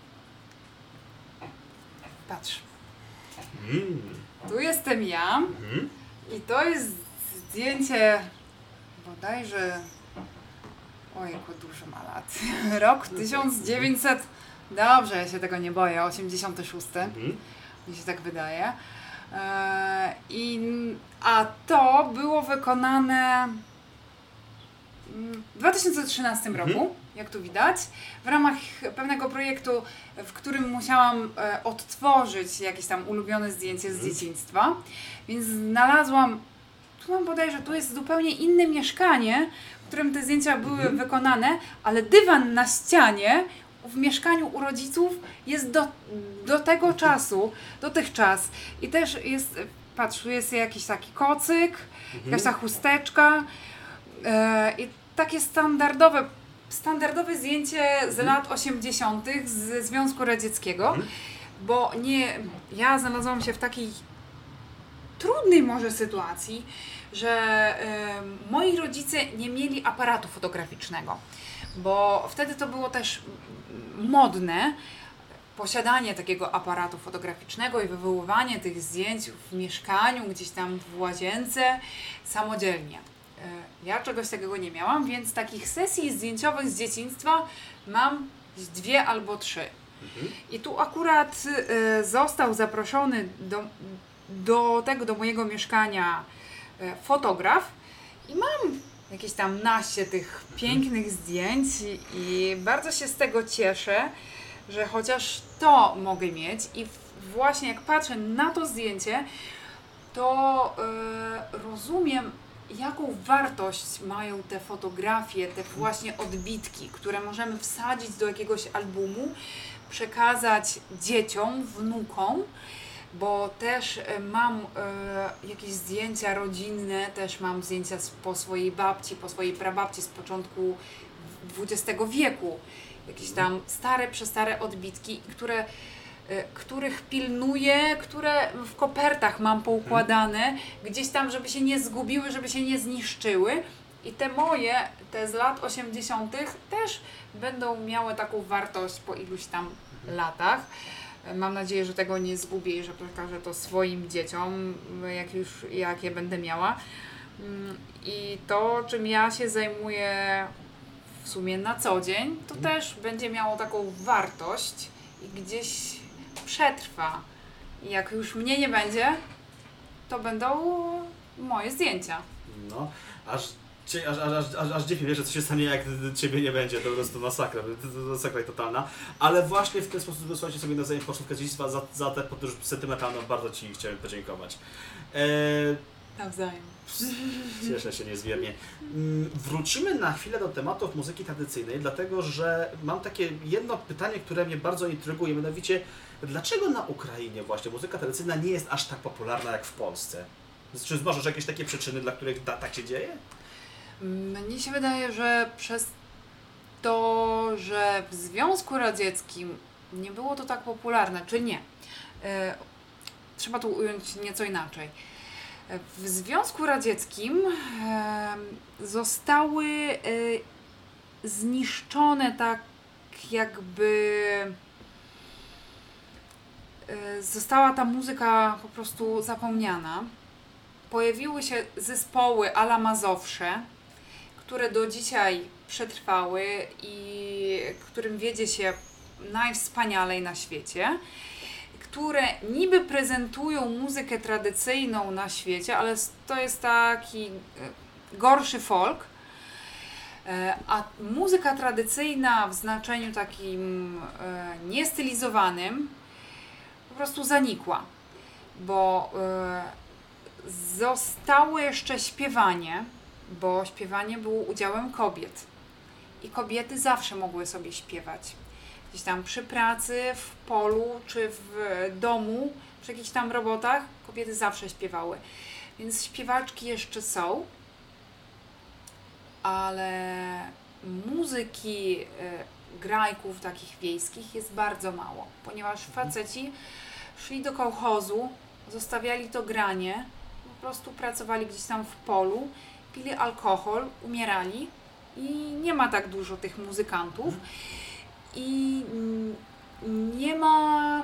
Patrz. Mm. Tu jestem ja mm. i to jest zdjęcie bodajże, ojku, dużo ma lat, rok tysiąc dziewięćset, dobrze, ja się tego nie boję, osiemdziesiąty szósty, mhm. mi się tak wydaje. E, i, a to było wykonane w dwa tysiące trzynastym mhm. roku, jak tu widać, w ramach pewnego projektu, w którym musiałam e, odtworzyć jakieś tam ulubione zdjęcie z mhm. dzieciństwa, więc znalazłam. Tu mam bodajże, tu jest zupełnie inne mieszkanie, w którym te zdjęcia były mhm. wykonane, ale dywan na ścianie w mieszkaniu u rodziców jest do, do tego czasu, dotychczas. I też jest, patrz, tu jest jakiś taki kocyk, mhm. jakaś ta chusteczka yy, i takie standardowe, standardowe zdjęcie z mhm. lat osiemdziesiątych z Związku Radzieckiego, mhm. bo nie, ja znalazłam się w takiej trudnej może sytuacji, że y, moi rodzice nie mieli aparatu fotograficznego, bo wtedy to było też modne, posiadanie takiego aparatu fotograficznego i wywoływanie tych zdjęć w mieszkaniu, gdzieś tam w łazience, samodzielnie. Ja czegoś takiego nie miałam, więc takich sesji zdjęciowych z dzieciństwa mam dwie albo trzy. Mhm. I tu akurat y, został zaproszony do, do tego, do mojego mieszkania y, fotograf i mam jakieś tam naście tych pięknych zdjęć i, i bardzo się z tego cieszę, że chociaż to mogę mieć i właśnie jak patrzę na to zdjęcie, to yy, rozumiem, jaką wartość mają te fotografie, te właśnie odbitki, które możemy wsadzić do jakiegoś albumu, przekazać dzieciom, wnukom, bo też mam y, jakieś zdjęcia rodzinne, też mam zdjęcia po swojej babci, po swojej prababci z początku dwudziestego wieku. Jakieś tam stare, przestare odbitki, które, y, których pilnuję, które w kopertach mam poukładane, gdzieś tam, żeby się nie zgubiły, żeby się nie zniszczyły. I te moje, te z lat osiemdziesiątych też będą miały taką wartość po iluś tam latach. Mam nadzieję, że tego nie zgubię i że przekażę to swoim dzieciom, jak już jak je będę miała. I to, czym ja się zajmuję w sumie na co dzień, to też będzie miało taką wartość i gdzieś przetrwa. I jak już mnie nie będzie, to będą moje zdjęcia. No, aż Aż, aż, aż, aż dziwnie, wiesz, że co się stanie, jak ciebie nie będzie, to po prostu masakra, to, to masakra totalna. Ale właśnie w ten sposób wysłaliście sobie nawzajem początkę dziedzictwa za, za te podróż sentymentalną, bardzo Ci chciałem podziękować. E... Nawzajem. Cieszę się niezmiernie. Wrócimy na chwilę do tematów muzyki tradycyjnej, dlatego że mam takie jedno pytanie, które mnie bardzo intryguje, mianowicie dlaczego na Ukrainie właśnie muzyka tradycyjna nie jest aż tak popularna jak w Polsce? Czy masz jakieś takie przyczyny, dla których ta, tak się dzieje? Mnie się wydaje, że przez to, że w Związku Radzieckim nie było to tak popularne, czy nie. E, trzeba to ująć nieco inaczej. W Związku Radzieckim e, zostały e, zniszczone tak jakby e, została ta muzyka po prostu zapomniana. Pojawiły się zespoły a la Mazowsze, które do dzisiaj przetrwały i którym wiedzie się najwspanialej na świecie, które niby prezentują muzykę tradycyjną na świecie, ale to jest taki gorszy folk, a muzyka tradycyjna w znaczeniu takim niestylizowanym po prostu zanikła, bo zostało jeszcze śpiewanie, bo śpiewanie było udziałem kobiet i kobiety zawsze mogły sobie śpiewać. Gdzieś tam przy pracy, w polu czy w domu, przy jakichś tam robotach kobiety zawsze śpiewały. Więc śpiewaczki jeszcze są, ale muzyki, grajków takich wiejskich jest bardzo mało, ponieważ faceci szli do kołchozu, zostawiali to granie, po prostu pracowali gdzieś tam w polu, pili alkohol, umierali i nie ma tak dużo tych muzykantów i nie ma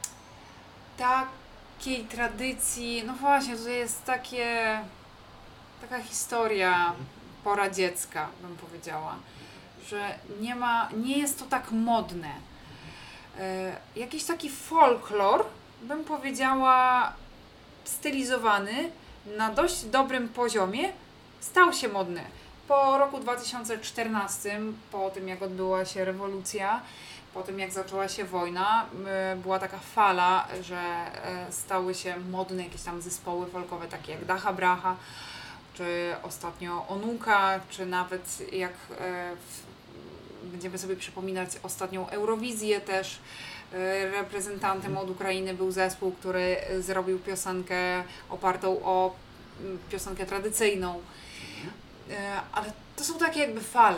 takiej tradycji, no właśnie, to jest takie, taka historia poradziecka, bym powiedziała, że nie ma, nie jest to tak modne. E, jakiś taki folklor, bym powiedziała, stylizowany na dość dobrym poziomie, stał się modny. Po roku dwa tysiące czternastym, po tym jak odbyła się rewolucja, po tym jak zaczęła się wojna, była taka fala, że stały się modne jakieś tam zespoły folkowe, takie jak Dacha Bracha, czy ostatnio Onuka, czy nawet jak będziemy sobie przypominać ostatnią Eurowizję też, reprezentantem od Ukrainy był zespół, który zrobił piosenkę opartą o piosenkę tradycyjną. Ale to są takie jakby fale.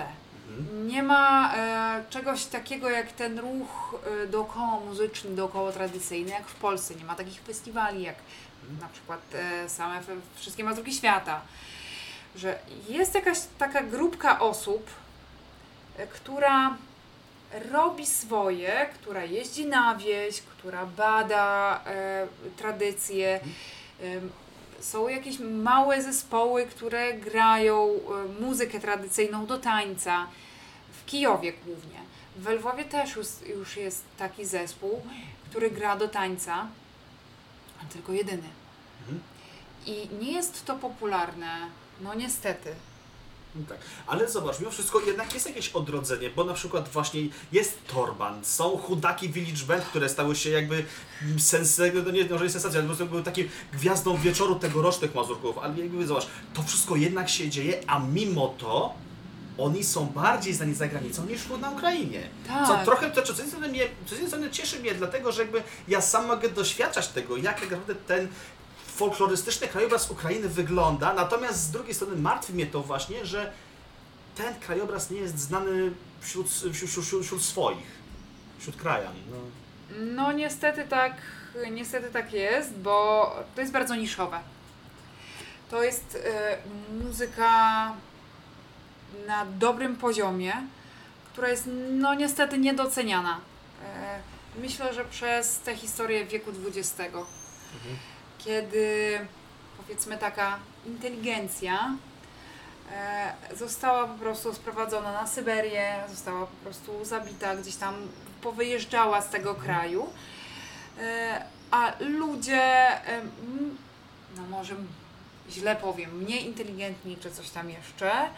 Mhm. Nie ma e, czegoś takiego jak ten ruch e, dookoła muzyczny, dookoła tradycyjny, jak w Polsce. Nie ma takich festiwali jak mhm. na przykład e, same f- wszystkie Mazurki Świata. Że jest jakaś taka grupka osób, e, która robi swoje, która jeździ na wieś, która bada e, tradycje. Mhm. E, Są jakieś małe zespoły, które grają e, muzykę tradycyjną do tańca. W Kijowie głównie. W Lwowie też już, już jest taki zespół, który gra do tańca, tylko jedyny. Mhm. I nie jest to popularne, no niestety. Tak, ale zobacz, mimo wszystko jednak jest jakieś odrodzenie, bo na przykład właśnie jest Torban, są chudaki Village Band, które stały się jakby sensacją, no nie może nie sensacją, ale po prostu były takim gwiazdą wieczoru tegorocznych Mazurków, ale jakby zobacz, to wszystko jednak się dzieje, a mimo to oni są bardziej znani za granicą niż na Ukrainie. Tak. Co trochę, to, co z jednej strony mnie, co z jednej strony cieszy mnie, dlatego że jakby ja sam mogę doświadczać tego, jak naprawdę ten folklorystyczny krajobraz Ukrainy wygląda, natomiast z drugiej strony martwi mnie to właśnie, że ten krajobraz nie jest znany wśród, wśród, wśród, wśród swoich, wśród krajan. No. no niestety tak, niestety tak jest, bo to jest bardzo niszowe. To jest y, muzyka na dobrym poziomie, która jest no niestety niedoceniana. Y, myślę, że przez tę historię wieku dwudziestego. Mhm. Kiedy powiedzmy taka inteligencja e, została po prostu sprowadzona na Syberię, została po prostu zabita, gdzieś tam powyjeżdżała z tego kraju, e, a ludzie, e, no może źle powiem, mniej inteligentni czy coś tam jeszcze, e,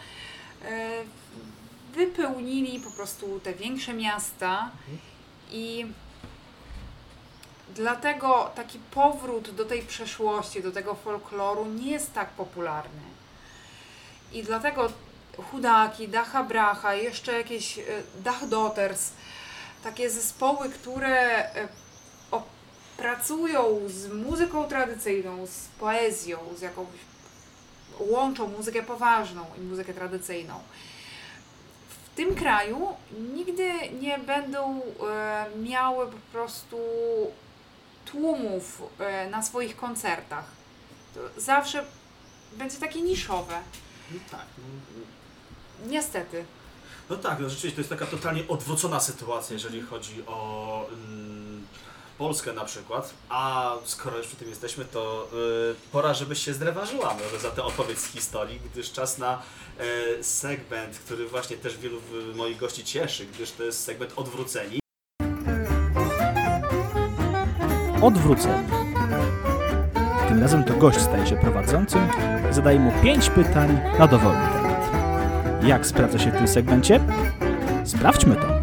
wypełnili po prostu te większe miasta i dlatego taki powrót do tej przeszłości, do tego folkloru nie jest tak popularny. I dlatego chudaki, Dacha Bracha, jeszcze jakieś Dach Daughters, takie zespoły, które o, pracują z muzyką tradycyjną, z poezją, z jakąś, łączą muzykę poważną i muzykę tradycyjną. W tym kraju nigdy nie będą e, miały po prostu tłumów e, na swoich koncertach. To zawsze będzie takie niszowe. No tak. No. Niestety. No tak, no rzeczywiście to jest taka totalnie odwrócona sytuacja, jeżeli chodzi o mm, Polskę na przykład, a skoro już przy tym jesteśmy, to y, pora, żebyś się zrewanżyła może za tę odpowiedź z historii, gdyż czas na y, segment, który właśnie też wielu y, moich gości cieszy, gdyż to jest segment Odwróceni. Odwróceni. Tym razem to gość staje się prowadzącym i zadaje mu pięć pytań na dowolny temat. Jak sprawdza się w tym segmencie? Sprawdźmy to.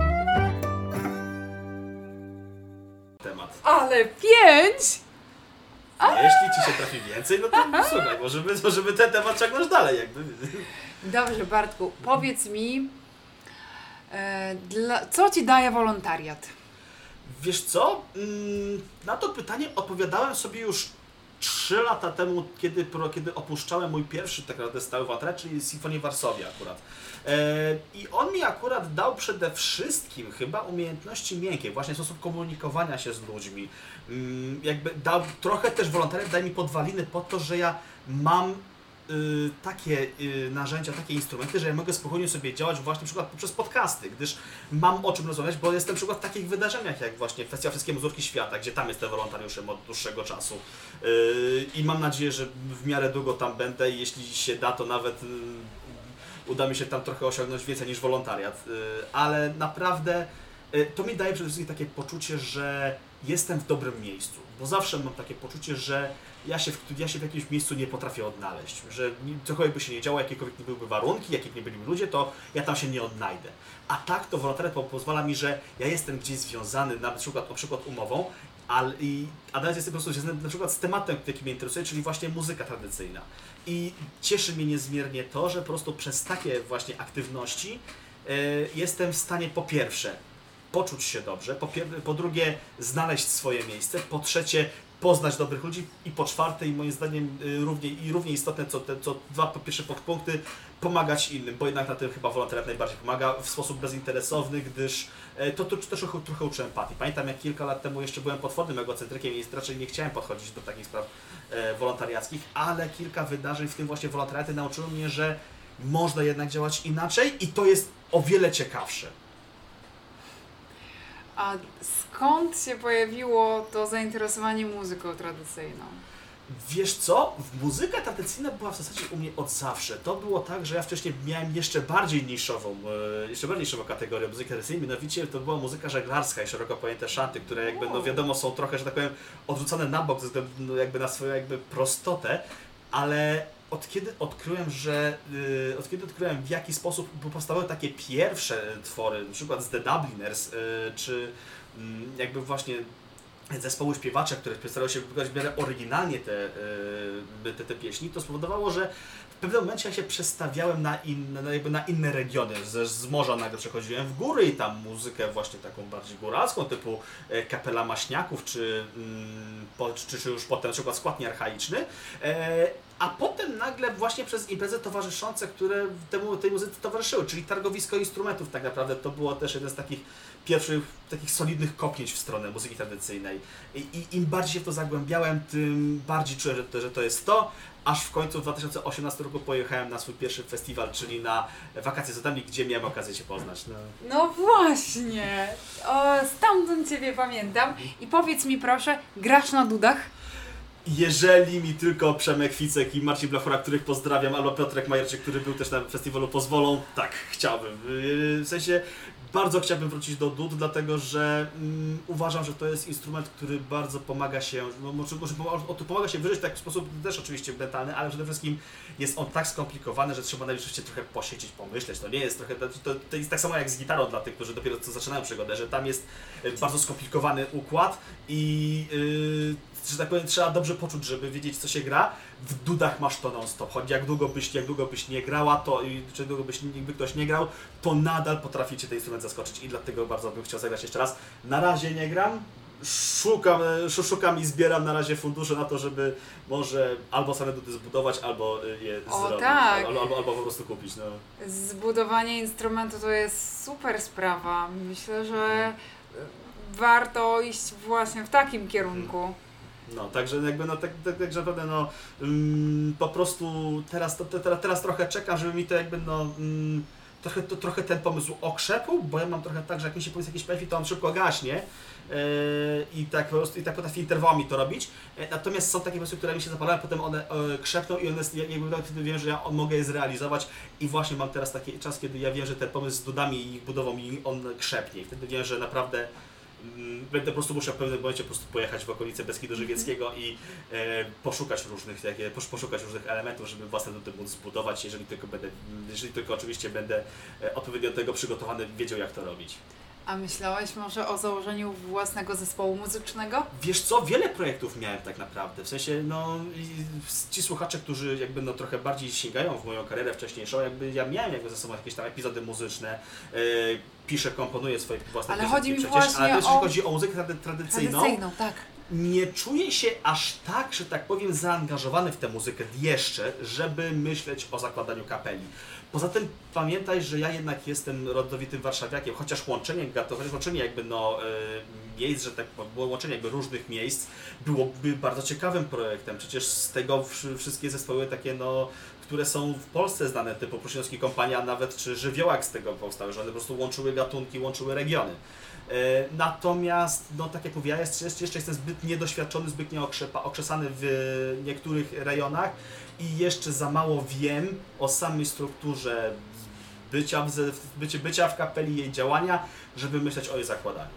Temat. Ale pięć! Jeśli ci się trafi więcej, no to słuchaj, może by, może by ten temat ciągnąć dalej jakby. Dobrze, Bartku, powiedz mi, e, dla, co ci daje wolontariat? Wiesz co? Na to pytanie odpowiadałem sobie już trzy lata temu, kiedy, kiedy opuszczałem mój pierwszy tak naprawdę stały wolontariat, czyli Sinfonię Warszawia akurat. I on mi akurat dał przede wszystkim chyba umiejętności miękkie, właśnie sposób komunikowania się z ludźmi. Jakby dał trochę też wolontariat, daje mi podwaliny pod to, że ja mam y, takie y, narzędzia, takie instrumenty, że ja mogę spokojnie sobie działać właśnie na przykład poprzez podcasty, gdyż mam o czym rozmawiać, bo jestem na przykład w takich wydarzeniach jak właśnie Festiwal Wszystkie Mazurki Świata, gdzie tam jestem wolontariuszem od dłuższego czasu y, i mam nadzieję, że w miarę długo tam będę i jeśli się da, to nawet y, uda mi się tam trochę osiągnąć więcej niż wolontariat, y, ale naprawdę y, to mi daje przede wszystkim takie poczucie, że jestem w dobrym miejscu, bo zawsze mam takie poczucie, że ja się, w, ja się w jakimś miejscu nie potrafię odnaleźć, że cokolwiek by się nie działo, jakiekolwiek nie byłyby warunki, jakie nie byli ludzie, to ja tam się nie odnajdę. A tak to wolontariat pozwala mi, że ja jestem gdzieś związany na przykład, na przykład umową, ale, i, a nawet jestem po prostu związany na przykład z tematem, jaki mnie interesuje, czyli właśnie muzyka tradycyjna. I cieszy mnie niezmiernie to, że po prostu przez takie właśnie aktywności y, jestem w stanie po pierwsze poczuć się dobrze, po, pier- po drugie znaleźć swoje miejsce, po trzecie poznać dobrych ludzi i po czwarte i moim zdaniem równie, i równie istotne co te co dwa po pierwsze podpunkty, pomagać innym, bo jednak na tym chyba wolontariat najbardziej pomaga w sposób bezinteresowny, gdyż to, to, to też trochę uczy empatii. Pamiętam jak kilka lat temu jeszcze byłem potwornym egocentrykiem i raczej nie chciałem podchodzić do takich spraw e, wolontariackich, ale kilka wydarzeń, w tym właśnie wolontariaty, nauczyły mnie, że można jednak działać inaczej i to jest o wiele ciekawsze. A skąd się pojawiło to zainteresowanie muzyką tradycyjną? Wiesz co? Muzyka tradycyjna była w zasadzie u mnie od zawsze. To było tak, że ja wcześniej miałem jeszcze bardziej niszową, jeszcze bardziej niszową kategorię muzyki tradycyjnej, mianowicie to była muzyka żeglarska i szeroko pojęte szanty, które jakby, no wiadomo, są trochę, że tak powiem, odrzucone na bok ze względu jakby na swoją jakby prostotę, ale od kiedy odkryłem, że yy, od kiedy odkryłem w jaki sposób powstały takie pierwsze twory, na przykład z The Dubliners, yy, czy yy, jakby właśnie zespoły śpiewacze, które starały się wykonać w miarę oryginalnie te, yy, te, te pieśni, to spowodowało, że w pewnym momencie ja się przestawiałem na inne, jakby na inne regiony. Z, z morza nagle przechodziłem w góry i tam muzykę właśnie taką bardziej góralską, typu e, Kapela Maśniaków, czy, mm, po, czy, czy już potem na przykład Składnie Archaiczny. E, a potem nagle właśnie przez imprezy towarzyszące, które temu, tej muzyce towarzyszyły, czyli targowisko instrumentów tak naprawdę, to było też jeden z takich pierwszych takich solidnych kopnięć w stronę muzyki tradycyjnej. I, i im bardziej się w to zagłębiałem, tym bardziej czułem, że to, że to jest to, aż w końcu w dwa tysiące osiemnastym roku pojechałem na swój pierwszy festiwal, czyli na Wakacje z Nudami, gdzie miałem okazję się poznać. No, no właśnie, o, stamtąd Ciebie pamiętam. I powiedz mi proszę, grasz na dudach? Jeżeli mi tylko Przemek Ficek i Marcin Blachura, których pozdrawiam, albo Piotrek Majerczyk, który był też na festiwalu, pozwolą, tak, chciałbym. W sensie bardzo chciałbym wrócić do dud, dlatego że mm, uważam, że to jest instrument, który bardzo pomaga się, no, może, może pomaga się wyżyć w taki sposób też oczywiście mentalny, ale przede wszystkim jest on tak skomplikowany, że trzeba najpierw trochę posiedzieć, pomyśleć. To nie jest trochę, to, to jest tak samo jak z gitarą dla tych, którzy dopiero co zaczynają przygodę, że tam jest bardzo skomplikowany układ i yy, że tak powiem, trzeba dobrze poczuć, żeby wiedzieć, co się gra. W dudach masz to non-stop. Choć jak długo byś, jak długo byś nie grała, to i czy długo byś jakby ktoś nie grał, to nadal potrafi cię ten instrument zaskoczyć i dlatego bardzo bym chciał zagrać jeszcze raz. Na razie nie gram. Szukam, szukam i zbieram na razie fundusze na to, żeby może albo same dudy zbudować, albo je o, zrobić, tak. albo, albo, albo po prostu kupić. No. Zbudowanie instrumentu to jest super sprawa. Myślę, że warto iść właśnie w takim kierunku. No, także jakby no tak, tak, tak naprawdę no um, po prostu teraz, to, to, teraz trochę czekam, żeby mi to jakby no um, trochę, to, trochę ten pomysł okrzepł, bo ja mam trochę tak, że jak mi się pomysł jakiś pojawi, to on szybko gaśnie yy, i tak po prostu i tak potrafi interwałami to robić. Yy, natomiast są takie pomysły, które mi się zapalają, potem one yy, krzepną i one jakby wtedy wiem, że ja mogę je zrealizować i właśnie mam teraz taki czas, kiedy ja wiem, że ten pomysł z dudami i ich budową i on krzepnie i wtedy wiem, że naprawdę będę po prostu musiał w pewnym momencie po prostu pojechać w okolice Beskidu Żywieckiego i e, poszukać różnych, takie, poszukać różnych elementów, żeby własne nuty móc zbudować, jeżeli tylko będę, jeżeli tylko oczywiście będę e, odpowiednio do tego przygotowany, wiedział jak to robić. A myślałeś może o założeniu własnego zespołu muzycznego? Wiesz co, wiele projektów miałem tak naprawdę, w sensie no ci słuchacze, którzy jakby no trochę bardziej sięgają w moją karierę wcześniejszą, jakby ja miałem jakby ze sobą jakieś tam epizody muzyczne, e, piszę, komponuję swoje własne ale piosenki chodzi mi przecież, właśnie ale jeśli o... chodzi o muzykę trady tradycyjną, tradycyjną, tak. nie czuję się aż tak, że tak powiem, zaangażowany w tę muzykę jeszcze, żeby myśleć o zakładaniu kapeli. Poza tym pamiętaj, że ja jednak jestem rodowitym warszawiakiem, chociaż łączenie gatunków, łączenie jakby no y, miejsc, że tak było łączenie jakby różnych miejsc byłoby bardzo ciekawym projektem. Przecież z tego wszystkie zespoły takie no, które są w Polsce znane, typu Pruszynowski Kompania, nawet czy Żywiołak z tego powstały, że one po prostu łączyły gatunki, łączyły regiony. Natomiast, no tak jak mówię, ja jeszcze, jeszcze jestem zbyt niedoświadczony, zbyt nieokrzesany w niektórych rejonach i jeszcze za mało wiem o samej strukturze bycia w, bycie, bycia w kapeli, jej działania, żeby myśleć o jej zakładaniu.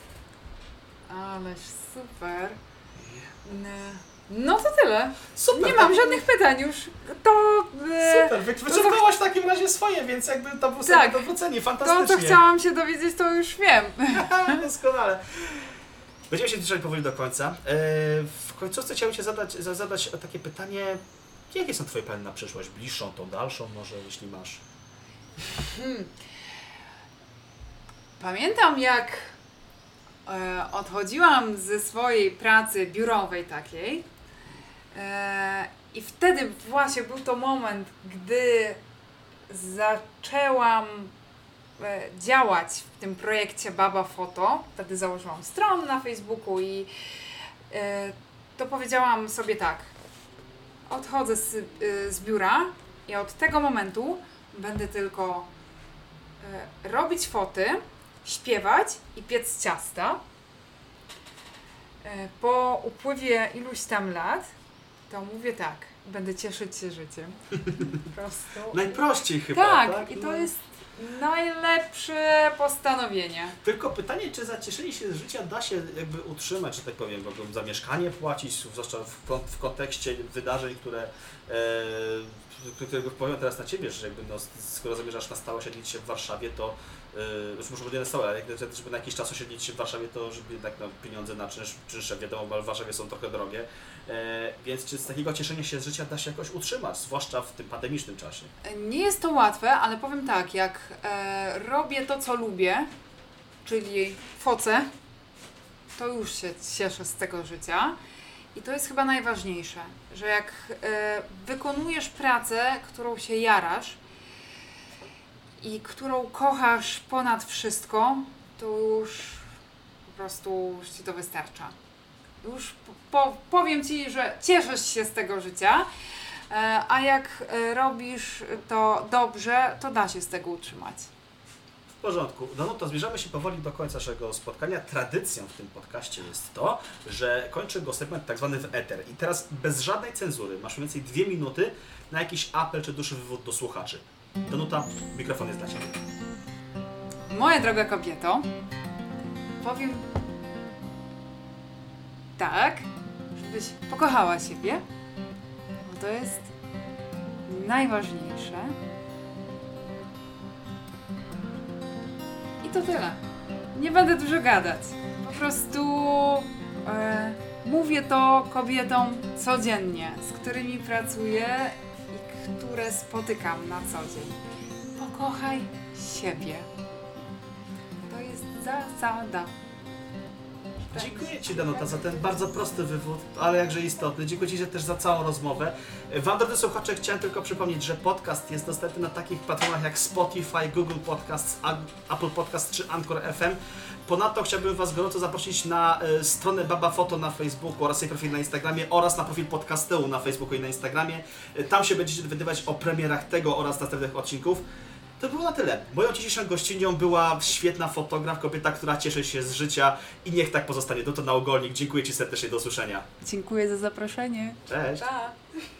Ależ super. No to tyle. Super, nie mam tak. żadnych pytań już. To... E, Super, wy, wyciągnęłaś w takim razie swoje, więc jakby to było tak, sobie docenię, fantastycznie. To, co chciałam się dowiedzieć, to już wiem. Doskonale. Będziemy się zbliżać powoli do końca. W końcówce chciałbym Cię zadać, zadać takie pytanie, jakie są Twoje plany na przyszłość? Bliższą, tą dalszą może, jeśli masz? Hmm. Pamiętam jak e, odchodziłam ze swojej pracy biurowej takiej e, i wtedy właśnie był to moment, gdy zaczęłam e, działać w tym projekcie Baba Foto. Wtedy założyłam stronę na Facebooku i e, to powiedziałam sobie tak, odchodzę z, e, z biura i od tego momentu będę tylko e, robić foty, śpiewać i piec ciasta. E, po upływie iluś tam lat to mówię tak, będę cieszyć się życiem. Po prostu. Najprościej chyba, tak? tak? i to No. jest najlepsze postanowienie. Tylko pytanie, czy zacieszenie się z życia da się jakby utrzymać, że tak powiem, bo za mieszkanie płacić, zwłaszcza w, kon- w kontekście wydarzeń, które, e, które wpływają teraz na Ciebie, że jakby no, skoro zamierzasz na stałe siedzieć się w Warszawie, to e, już może będzie na stałe, ale jak, żeby na jakiś czas osiedlić się w Warszawie, to żeby jednak no, pieniądze na czynsz, czynsze, wiadomo, bo w Warszawie są trochę drogie, e, więc czy z takiego cieszenia się z życia da się jakoś utrzymać, zwłaszcza w tym pandemicznym czasie? Nie jest to łatwe, ale powiem tak, jak e, robię to, co lubię, czyli focę, to już się cieszę z tego życia. I to jest chyba najważniejsze, że jak e, wykonujesz pracę, którą się jarasz i którą kochasz ponad wszystko, to już po prostu już Ci to wystarcza. Już po, powiem Ci, że cieszysz się z tego życia, e, a jak e, robisz to dobrze, to da się z tego utrzymać. W porządku. No, no to zbliżamy się powoli do końca naszego spotkania. Tradycją w tym podcaście jest to, że kończy go segment tak zwany w eter. I teraz bez żadnej cenzury masz mniej więcej dwie minuty na jakiś apel czy duszy wywód do słuchaczy. Danuta, mikrofon jest dla Ciebie. Moja droga kobieto, powiem tak, żebyś pokochała siebie, bo to jest najważniejsze. I to tyle. Nie będę dużo gadać. Po prostu e, mówię to kobietom codziennie, z którymi pracuję i które spotykam na co dzień. Pokochaj siebie. To jest zasada. Dziękuję Ci, Danuta, za ten bardzo prosty wywód, ale jakże istotny. Dziękuję Ci też za całą rozmowę. Wam, drodzy słuchacze, chciałem tylko przypomnieć, że podcast jest dostępny na takich platformach jak Spotify, Google Podcasts, Apple Podcasts czy Anchor F M. Ponadto chciałbym Was gorąco zaprosić na y, stronę Baba Foto na Facebooku oraz jej profil na Instagramie oraz na profil Podcasteu na Facebooku i na Instagramie. Y, tam się będziecie dowiadywać o premierach tego oraz następnych odcinków. To było na tyle. Moją dzisiejszą gościnią była świetna fotograf, kobieta, która cieszy się z życia i niech tak pozostanie. Danuta Naugolnik, dziękuję Ci serdecznie, do usłyszenia. Dziękuję za zaproszenie. Cześć. Pa.